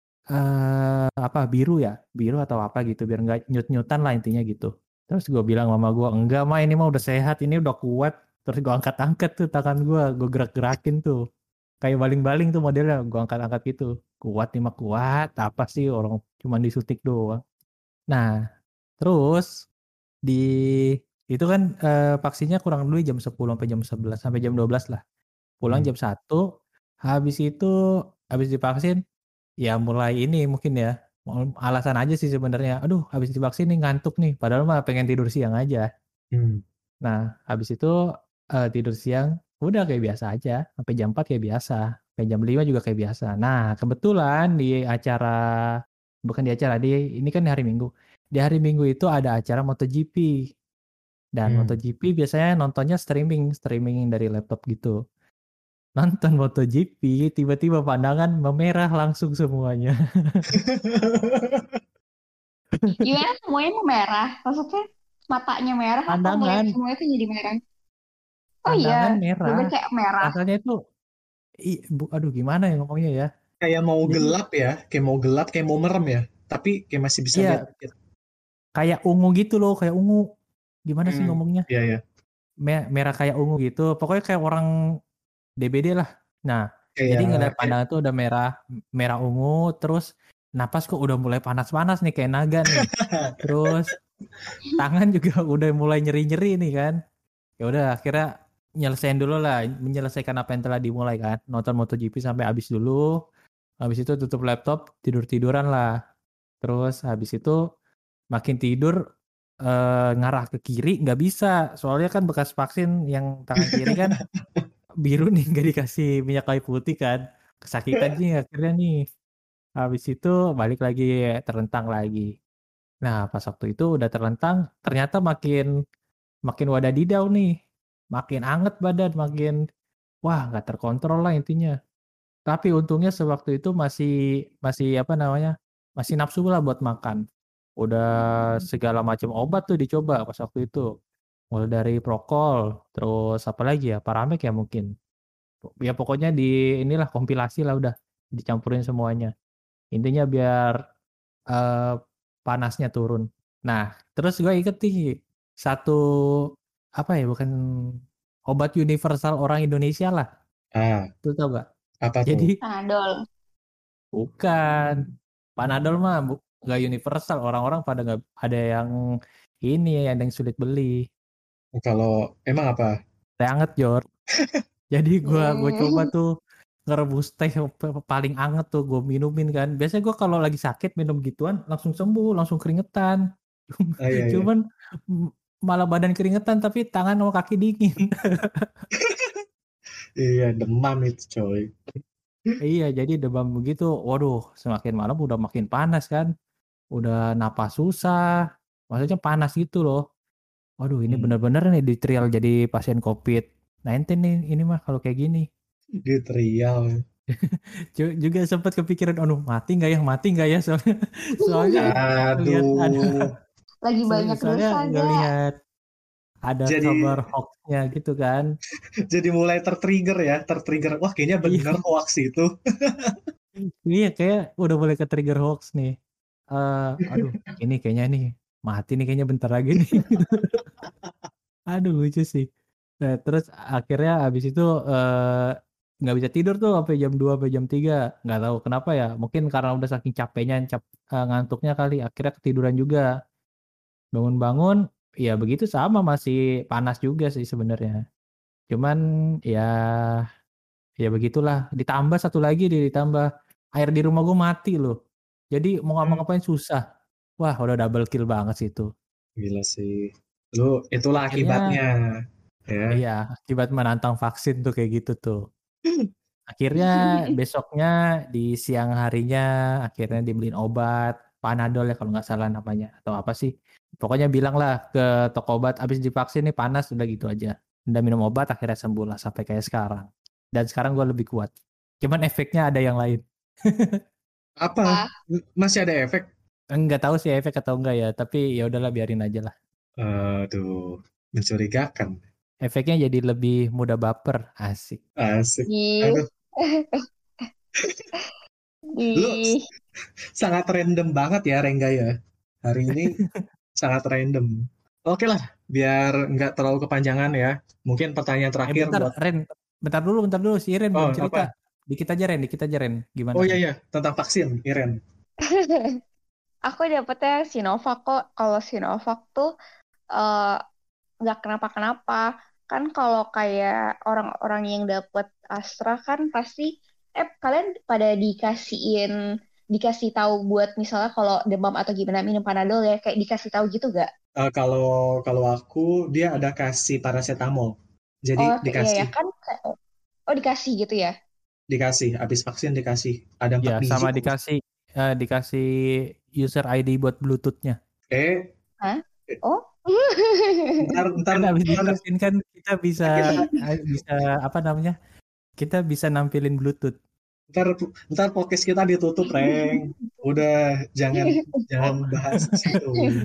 eh apa biru ya, biru atau apa gitu, biar nggak nyut-nyutan lah intinya gitu. Terus gue bilang mama gue, enggak mah ini mah udah sehat, ini udah kuat. Terus gue angkat-angkat tuh tangan gue, gue gerak-gerakin tuh. Kayak baling-baling tuh modelnya, gue angkat-angkat gitu. Kuat nih mah kuat, apa sih orang cuma disuntik doang. Nah, terus di itu kan eh, vaksinnya kurang dulu jam sepuluh sampai jam sebelas sampai jam dua belas lah. Pulang Hmm. jam satu, habis itu habis divaksin ya mulai ini mungkin ya alasan aja sih sebenarnya. Aduh, habis divaksin nih ngantuk nih. Padahal mah pengen tidur siang aja. Hmm. Nah, habis itu eh, tidur siang udah kayak biasa aja. Sampai jam empat kayak biasa. Sampai jam lima juga kayak biasa. Nah, kebetulan di acara bukan di acara di ini kan hari Minggu. Di hari Minggu itu ada acara MotoGP. Dan Hmm. MotoGP biasanya nontonnya streaming, streaming dari laptop gitu. Nonton MotoGP, tiba-tiba pandangan memerah langsung semuanya. Gimana semuanya mau merah? Maksudnya matanya merah atau ngeliat Pandangan, semuanya tuh jadi merah? Oh iya, pandangan bener merah. kayak merah. Rasanya itu, i- bu, aduh gimana ya ngomongnya ya. Kayak mau Jadi, gelap ya, kayak mau gelap, kayak mau merem ya. Tapi kayak masih bisa lihat iya, dikit. kayak ungu gitu loh, kayak ungu. Gimana sih Hmm. ngomongnya? Iya ya. Me- merah kayak ungu gitu. Pokoknya kayak orang D B D lah. Nah, jadi Kayak ngeliat kayak pandangan tuh udah merah, merah ungu, terus napas kok udah mulai panas-panas nih kayak naga nih. Terus tangan juga udah mulai nyeri-nyeri nih kan. Ya udah akhirnya nyelesain dulu lah, menyelesaikan apa yang telah dimulai kan, nonton MotoGP sampai habis dulu, habis itu tutup laptop, tidur tiduran lah, terus habis itu makin tidur eh, ngarah ke kiri nggak bisa, soalnya kan bekas vaksin yang tangan kiri kan biru nih, nggak dikasih minyak kayu putih kan, kesakitan sih akhirnya nih, habis itu balik lagi terlentang lagi. Nah pas waktu itu udah terlentang, ternyata makin makin wadadidau nih, makin anget badan, makin wah nggak terkontrol lah intinya. Tapi untungnya sewaktu itu masih masih apa namanya masih nafsu lah buat makan. Udah segala macam obat tuh dicoba pas waktu itu. Mulai dari Prokol, terus apa lagi ya, Paramek ya mungkin. Ya pokoknya di inilah kompilasi lah udah dicampurin semuanya. Intinya biar eh, panasnya turun. Nah, terus gue inget nih satu apa ya bukan obat universal orang Indonesia lah. ah Tuh tau gak? apa tuh? Jadi Panadol. bukan Panadol mah bu, nggak universal. Orang-orang pada nggak ada yang ini ada yang sulit beli. Kalau emang apa? Teh anget, Jor. Jadi gua gua coba Hmm. tuh ngerebus teh p- paling anget tuh gue minumin kan. Biasanya gua kalau lagi sakit minum gituan langsung sembuh, langsung keringetan. Ah, iya, iya. Cuman m- malah badan keringetan tapi tangan sama kaki dingin. Iya, demam itu coy. Iya, jadi demam begitu. Waduh, semakin malam udah makin panas kan. Udah napas susah. Maksudnya panas gitu loh. Waduh, ini Hmm. bener-bener nih di trial jadi pasien covid sembilan belas nih ini mah kalau kayak gini. Di trial. Ju- Juga sempat kepikiran, aduh mati nggak ya, mati nggak ya soalnya, soalnya ngelihat ada, Aduh. Lagi so- banyak soalnya dosa gak? ngelihat ada Jadi kabar hoaxnya gitu kan. jadi mulai tertrigger ya, tertrigger. Wah, kayaknya bener Iya, hoax itu. iya kayak udah mulai ke trigger hoax nih. Eh, aduh, ini kayaknya nih mati nih kayaknya bentar lagi nih. Aduh lucu sih. Nah, terus akhirnya habis itu eh, nggak bisa tidur tuh sampai jam dua sampai jam tiga. Nggak tahu kenapa ya. Mungkin karena udah saking capeknya, cap, eh, ngantuknya kali. Akhirnya ketiduran juga. Bangun-bangun, ya begitu sama masih panas juga sih sebenarnya. Cuman ya ya begitulah. Ditambah satu lagi deh, ditambah air di rumah gue mati loh. Jadi mau Hmm, ngapa-ngapain susah. Wah udah double kill banget sih itu. gila sih. Lu itulah Akhirnya akibatnya ya. iya akibat menantang vaksin tuh kayak gitu tuh. Akhirnya besoknya di siang harinya akhirnya dibeliin obat Panadol ya kalau nggak salah namanya atau apa sih. Pokoknya bilang lah ke toko obat abis divaksin nih panas udah gitu aja. Udah minum obat akhirnya sembuh lah sampai kayak sekarang. Dan sekarang gue lebih kuat. Cuman efeknya ada yang lain. Apa? Wah, Masih ada efek? Enggak tahu sih efek atau enggak ya, tapi ya udahlah biarin aja lah. Aduh, mencurigakan. Efeknya jadi lebih mudah baper, asik. Asik. ih, Aduh, lu ih. sangat random banget ya, Rengga ya. Hari ini sangat random. Oke lah, biar nggak terlalu kepanjangan ya. Mungkin pertanyaan Eh terakhir bentar, buat... Ren. Bentar dulu, bentar dulu. Si Ren Oh, belum cerita. apa? Dikit aja Ren, dikit aja Ren. Gimana Oh iya, Ren? iya. Tentang vaksin, Iren. Aku dapetnya Sinovac kok. Kalau Sinovac tuh eh, nggak kenapa-kenapa. Kan kalau kayak orang-orang yang dapet Astra kan pasti, eh kalian pada dikasihin, dikasih tahu buat misalnya kalau demam atau gimana minum Panadol ya, kayak dikasih tahu gitu gak? Eh, kalau kalau aku, dia ada kasih paracetamol. Jadi Oh iya ya dikasih, kan, oh dikasih gitu ya. dikasih. Habis vaksin dikasih. Ada Ya, empat biji. sama dikasih eh, dikasih user I D buat Bluetooth-nya. Eh, Hah? Oh? ntar, ntar, Kan habis ntar, divaksin kan kita bisa kita eh, bisa apa namanya? Kita bisa nampilin Bluetooth. ntar ntar podcast kita ditutup, Reng. Udah, jangan jangan Oh. bahas ke situ.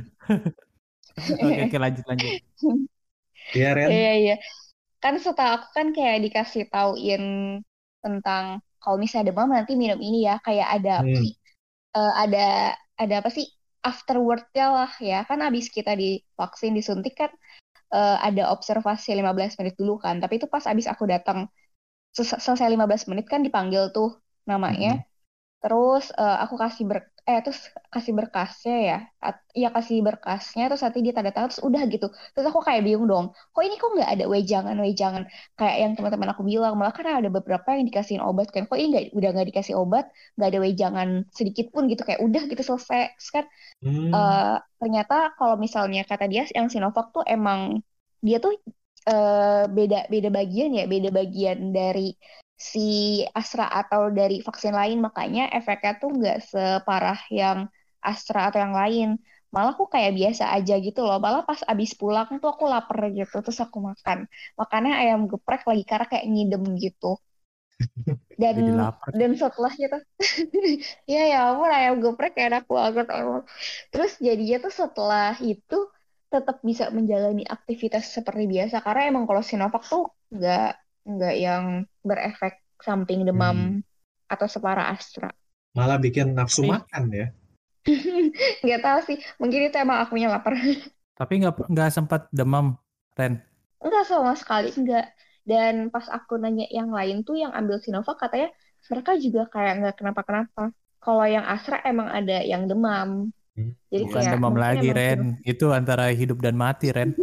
Oke, oke lanjut lanjut. Iya, Ren. Iya, iya. Kan setahu aku kan kayak dikasih tauin tentang kalau misalnya demam nanti minum ini ya, kayak ada apa Hmm. sih? Eh, ada ada apa sih? Afterward-nya lah ya. Kan abis kita divaksin disuntik kan eh, ada observasi lima belas menit dulu kan. Tapi itu pas abis aku datang sel- selesai lima belas menit kan dipanggil tuh namanya. Hmm. Terus eh, aku kasih ber eh terus kasih berkasnya ya. At- ya kasih berkasnya terus nanti dia tanda tangan terus udah gitu. Terus aku kayak bingung dong. Kok ini kok nggak ada wejangan wejangan kayak yang teman-teman aku bilang. Malah kan ada beberapa yang dikasihin obat kan. Kok ini nggak udah nggak dikasih obat, nggak ada wejangan sedikit pun gitu kayak udah gitu selesai. Terus kan Hmm. eh, ternyata kalau misalnya kata dia yang Sinovac tuh emang dia tuh eh, beda beda bagian ya, beda bagian dari si Astra atau dari vaksin lain, makanya efeknya tuh nggak separah yang Astra atau yang lain. Malah aku kayak biasa aja gitu loh. Malah pas abis pulang tuh aku lapar gitu, terus aku makan. Makannya ayam geprek lagi karena kayak ngidem gitu. Dan Jadi lapar. dan setelah gitu, ya ya ampun ayam geprek enak banget emang. Terus jadinya tuh setelah itu tetap bisa menjalani aktivitas seperti biasa karena emang kalau Sinovac tuh nggak nggak yang berefek samping demam Hmm. atau separah Astra. Malah bikin nafsu Tapi makan ya. Nggak tahu sih, mungkin itu emang akunya lapar. tapi nggak nggak sempat demam, Ren. Enggak sama sekali enggak. Dan pas aku nanya yang lain tuh yang ambil Sinovac katanya mereka juga kayak nggak kenapa-kenapa. Kalau yang Astra emang ada yang demam. Jadi Bukan kayak demam mungkin lagi, emang Ren. Itu antara hidup dan mati, Ren.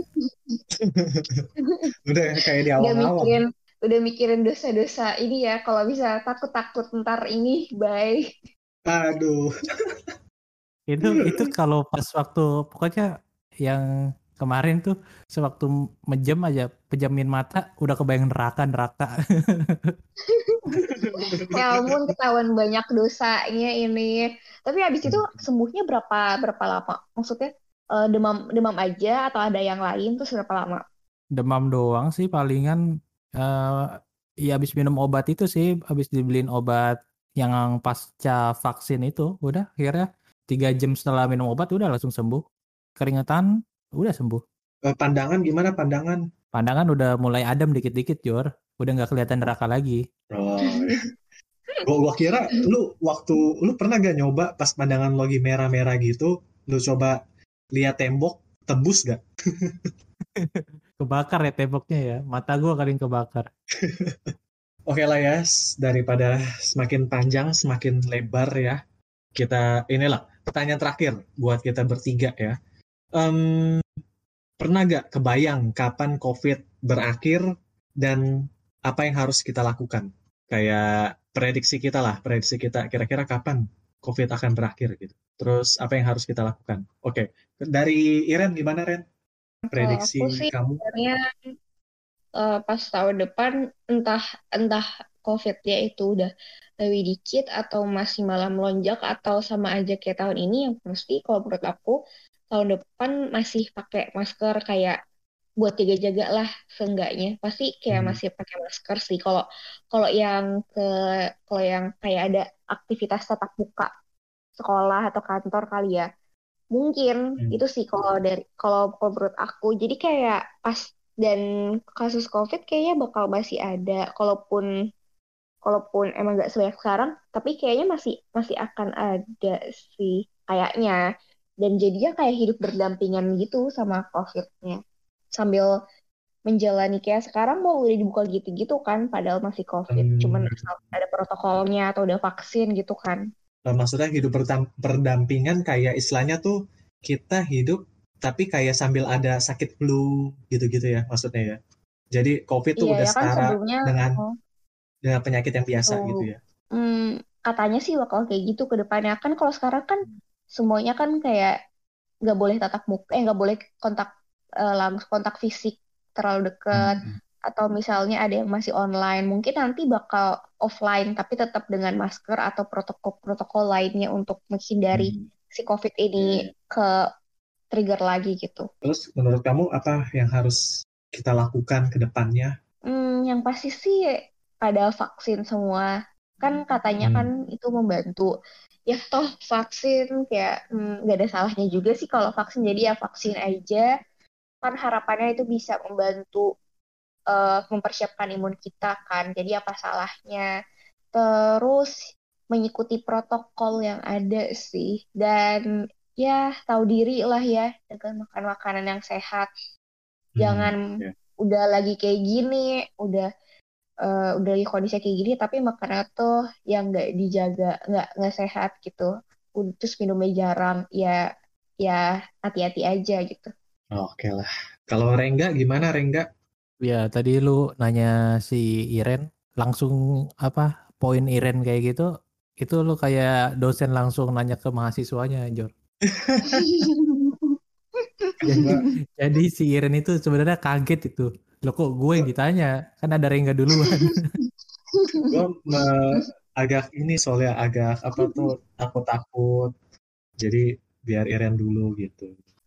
Udah kayak di udah awang-awang. mikirin udah mikirin dosa-dosa ini ya, kalau bisa takut-takut ntar ini bye. Aduh. Itu itu kalau pas waktu pokoknya yang kemarin tuh sewaktu menjem aja pejamin mata udah kebayang neraka neraka. Ya ampun, ketahuan banyak dosanya ini. Tapi habis itu sembuhnya berapa berapa lama? Maksudnya eh, demam demam aja atau ada yang lain tuh berapa lama? Demam doang sih palingan eh ya habis minum obat itu sih, habis dibeliin obat yang pasca vaksin itu, udah akhirnya tiga jam setelah minum obat udah langsung sembuh. Keringetan udah sembuh. Eh, Pandangan gimana pandangan? Pandangan udah mulai adem dikit-dikit, Jor. Udah nggak kelihatan neraka lagi. Oh, gua, gua kira lu waktu lu pernah gak nyoba pas pandangan lo lagi merah-merah gitu, lu coba lihat tembok, tembus gak? Kebakar ya temboknya ya. Mata gua kali yang kebakar. Oke lah ya, s- daripada semakin panjang semakin lebar ya. Kita inilah pertanyaan terakhir buat kita bertiga ya. Em, Pernah gak kebayang kapan COVID berakhir dan apa yang harus kita lakukan? Kayak prediksi kita lah, prediksi kita kira-kira kapan COVID akan berakhir gitu. Terus apa yang harus kita lakukan? Oke, dari Iren gimana Ren? Kalau aku Prediksi sih kamu? sebenarnya eh, pas tahun depan entah entah COVID-nya itu udah lebih dikit atau masih malah melonjak atau sama aja kayak tahun ini, yang pasti kalau menurut aku tahun depan masih pakai masker, kayak buat jaga-jaga lah seenggaknya pasti kayak Hmm, masih pakai masker sih. Kalau kalau yang ke kalau yang kayak ada aktivitas tatap muka sekolah atau kantor kali ya, mungkin hmm, itu sih kalau dari kalau kalau menurut aku. Jadi kayak pas dan kasus COVID kayaknya bakal masih ada, kalaupun kalaupun emang nggak sebanyak sekarang, tapi kayaknya masih masih akan ada sih kayaknya. Dan jadinya kayak hidup berdampingan gitu sama COVID-nya, sambil menjalani kayak sekarang mau udah dibuka gitu-gitu kan, padahal masih COVID, cuman hmm. asal ada protokolnya atau udah vaksin gitu kan. Eh, maksudnya hidup bertam- berdampingan kayak istilahnya tuh kita hidup tapi kayak sambil ada sakit flu gitu-gitu ya maksudnya ya. Jadi COVID tuh Iya udah ya kan, setara sebelumnya dengan oh, dengan penyakit yang biasa tuh gitu ya. hmm, katanya sih bakal kayak gitu ke depannya kan. Kalau sekarang kan semuanya kan kayak nggak boleh tatap muka, eh nggak boleh kontak eh, langsung kontak fisik terlalu dekat, Hmm. atau misalnya ada yang masih online, mungkin nanti bakal offline tapi tetap dengan masker atau protokol-protokol lainnya untuk menghindari Hmm. si COVID ini ke trigger lagi gitu. Terus menurut kamu apa yang harus kita lakukan ke depannya? Hmm, yang pasti sih pada vaksin semua. Kan katanya kan Hmm. itu membantu. Ya toh vaksin kayak hmm, nggak ada salahnya juga sih kalau vaksin. Jadi ya vaksin aja. Kan harapannya itu bisa membantu eh, mempersiapkan imun kita kan. Jadi apa salahnya? Terus mengikuti protokol yang ada sih. Dan ya tahu diri lah ya dengan makan makanan yang sehat. Hmm. Jangan Ya. udah lagi kayak gini, udah eh, udah di kondisi kayak gini tapi makanan tuh yang nggak dijaga, nggak nggak sehat gitu. Ud- terus minumnya jarang, ya ya hati-hati aja gitu. Oke lah. Kalau Rengga gimana Rengga? Ya, tadi lu nanya si Iren, langsung apa poin Iren kayak gitu, itu lu kayak dosen langsung nanya ke mahasiswanya, Jor. Jadi, Gua, jadi si Iren itu sebenarnya kaget itu. Loh kok gue yang gua, ditanya? Kan ada Rengga duluan. gua me- agak ini soalnya agak apa tuh takut-takut. Jadi biar Iren dulu gitu.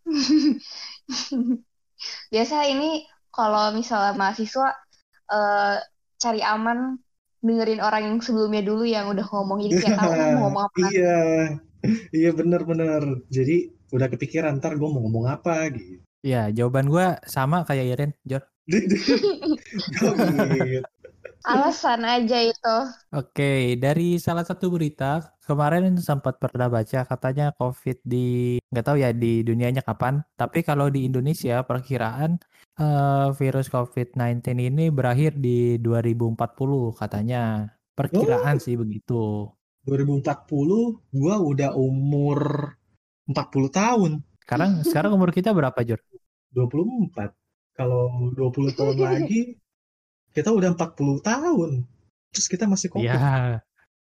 Biasa ini kalau misalnya mahasiswa eh, cari aman, dengerin orang yang sebelumnya dulu yang udah ngomong, jadi kayak tahu lah mau ngomong apa. Iya, iya bener-bener. Jadi udah kepikiran ntar gue mau ngomong apa gitu. Ya, jawaban gue sama kayak Iren, Jor. Oh gitu. Alasan aja itu. Oke, dari salah satu berita kemarin sempat pernah baca katanya COVID di nggak tahu ya di dunianya kapan, tapi kalau di Indonesia perkiraan eh, virus COVID sembilan belas ini berakhir di dua ribu empat puluh katanya. Perkiraan Oh, sih begitu. dua ribu empat puluh gue udah umur empat puluh tahun. Sekarang sekarang umur kita berapa, Jor? dua puluh empat. Kalau dua puluh tahun lagi, kita udah empat puluh tahun. Terus kita masih COVID. Iya.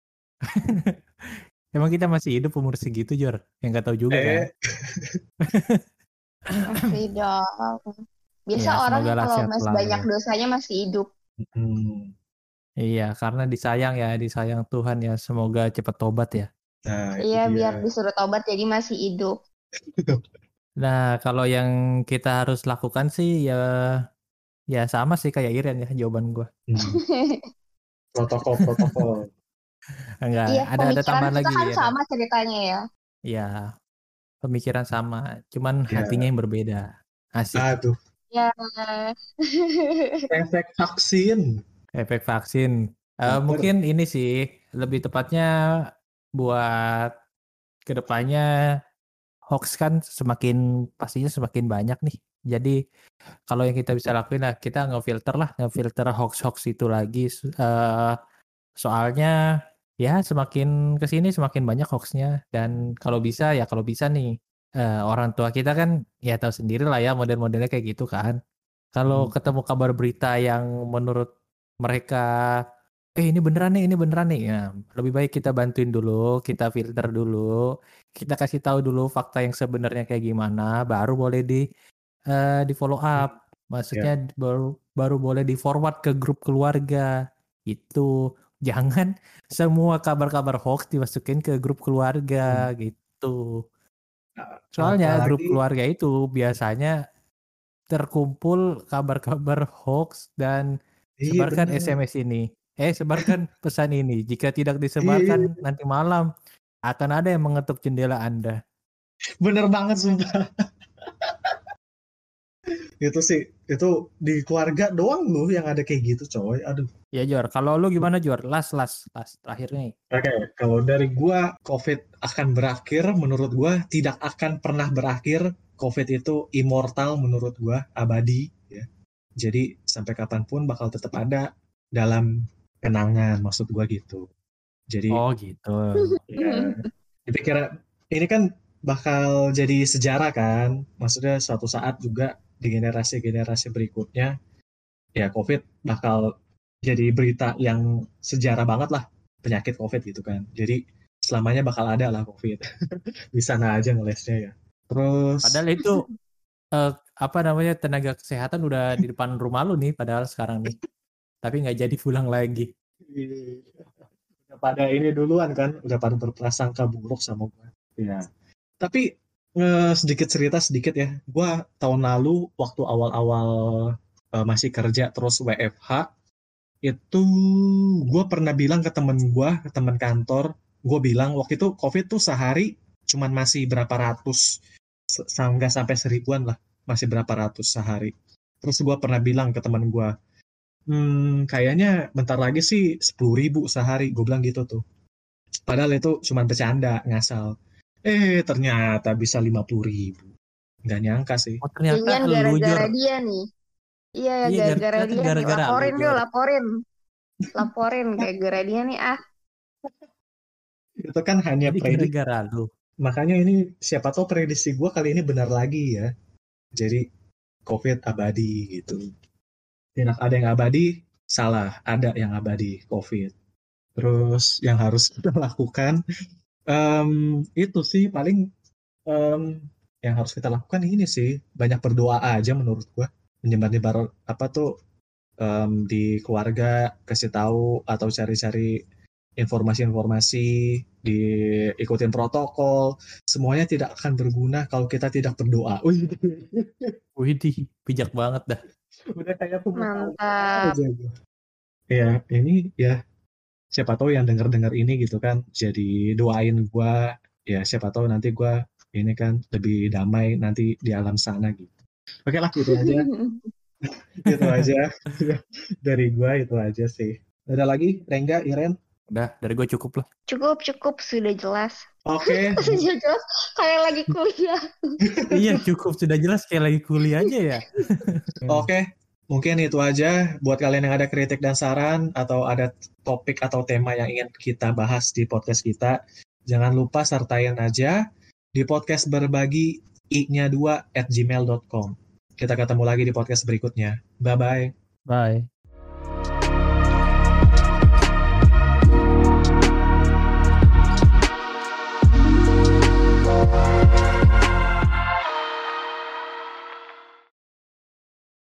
Emang kita masih hidup umur segitu, Jor? Yang nggak tahu juga kan? Eh, Masih dong. Biasa Ya, orang semoga lah kalau sehat masih selalu. banyak dosanya masih hidup. hmm, Iya, karena disayang ya, disayang Tuhan ya. Semoga cepat tobat ya. nah itu Iya, dia. biar disuruh tobat jadi masih hidup. Nah, kalau yang kita harus lakukan sih ya ya sama sih kayak Iren ya jawaban gua. Hmm, Protokol-protokol. Enggak, Iya, ada ada pemikiran tambahan kita lagi kan ya. sama ceritanya ya. Iya, pemikiran sama, cuman Ya. hatinya yang berbeda. Asik. Aduh, Ya. efek vaksin. Efek vaksin. Eh, Lapar. mungkin ini sih lebih tepatnya buat kedepannya hoax kan semakin pastinya semakin banyak nih. Jadi kalau yang kita bisa lakuin lah kita ngefilter lah, ngefilter hoax-hoax itu lagi. Eh, soalnya ya semakin kesini semakin banyak hoaxnya dan kalau bisa ya kalau bisa nih eh, orang tua kita kan ya tahu sendiri lah ya model-modelnya kayak gitu kan. Kalau Hmm. ketemu kabar berita yang menurut mereka eh ini beneran nih, ini beneran nih. Ya, lebih baik kita bantuin dulu, kita filter dulu, kita kasih tahu dulu fakta yang sebenarnya kayak gimana, baru boleh di eh, di follow up. Maksudnya baru baru boleh di forward ke grup keluarga. Itu jangan semua kabar-kabar hoax dimasukin ke grup keluarga gitu. Soalnya grup Apalagi keluarga itu biasanya terkumpul kabar-kabar hoax dan iya sebarkan benar. S M S ini. Eh, sebarkan pesan ini. Jika tidak Iya, iya, disebarkan nanti malam akan ada yang mengetuk jendela Anda. bener banget sumpah. Itu sih, itu di keluarga doang loh yang ada kayak gitu coy. Aduh. Ya Jor, kalau lu gimana Jor? Las, las, las. Terakhir nih. Oke, kalau dari gua COVID akan berakhir, menurut gua tidak akan pernah berakhir. COVID itu immortal menurut gua, abadi ya. Jadi sampai kapanpun bakal tetap ada dalam kenangan, maksud gua gitu. Jadi Oh gitu. ya, dipikir ini kan bakal jadi sejarah kan. Maksudnya suatu saat juga di generasi-generasi berikutnya ya COVID bakal jadi berita yang sejarah banget lah, penyakit COVID gitu kan. Jadi selamanya bakal ada lah COVID. Di sana aja ngelesnya ya. Terus Padahal itu eh, apa namanya tenaga kesehatan udah di depan rumah lu nih padahal sekarang nih. Tapi nggak jadi pulang lagi. udah pada ini duluan kan, udah pada berprasangka buruk sama gue. Ya. Tapi eh, sedikit cerita sedikit ya. Gue tahun lalu waktu awal-awal eh, masih kerja terus W F H itu gue pernah bilang ke temen gue, ke temen kantor, gue bilang waktu itu COVID tuh sehari cuman masih berapa ratus, nggak sampai seribuan lah, masih berapa ratus sehari. Terus gue pernah bilang ke temen gue, hmm, kayaknya bentar lagi sih sepuluh ribu sehari, gue bilang gitu tuh. Padahal itu cuma bercanda, ngasal. Eh ternyata bisa lima puluh ribu. Nggak nyangka sih. Oh ternyata Jangan lu gara-gara Jor. dia nih. Iya, Iya, gara-gara ternyata dia nih. gara-gara lu, Laporin deh, Jor. laporin. Laporin gara-gara dia nih ah. Itu kan hanya Jadi prediksi. gara-gara lu. Makanya ini siapa tahu prediksi gue kali ini benar lagi ya. Jadi COVID abadi gitu. Tidak ada yang abadi, salah. Ada yang abadi COVID. Terus yang harus kita lakukan um, itu sih paling um, yang harus kita lakukan ini sih banyak berdoa aja menurut gue. Menyebar-nyebar apa tuh um, di keluarga, kasih tahu atau cari-cari informasi-informasi, diikutin protokol, semuanya tidak akan berguna kalau kita tidak berdoa. Wih, Widih, bijak banget dah. udah kayak pemutaran Mantap. aja gua. Ya, ini ya siapa tahu yang dengar-dengar ini gitu kan, jadi doain gua, ya siapa tahu nanti gua ini kan lebih damai nanti di alam sana gitu. Oke lah, gitu aja. Itu aja dari gua, itu aja sih. Ada lagi, Rengga, Iren? Udah, dari gue cukup lah. Cukup, cukup. Sudah jelas. Oke. Sudah jelas. Kayak lagi kuliah. Iya cukup, sudah jelas kayak lagi kuliah aja ya. Oke, mungkin itu aja. Buat kalian yang ada kritik dan saran atau ada topik atau tema yang ingin kita bahas di podcast kita, jangan lupa sertain aja di podcast berbagi i-nya dua at gmail dot com. Kita ketemu lagi di podcast berikutnya. Bye-bye. Bye.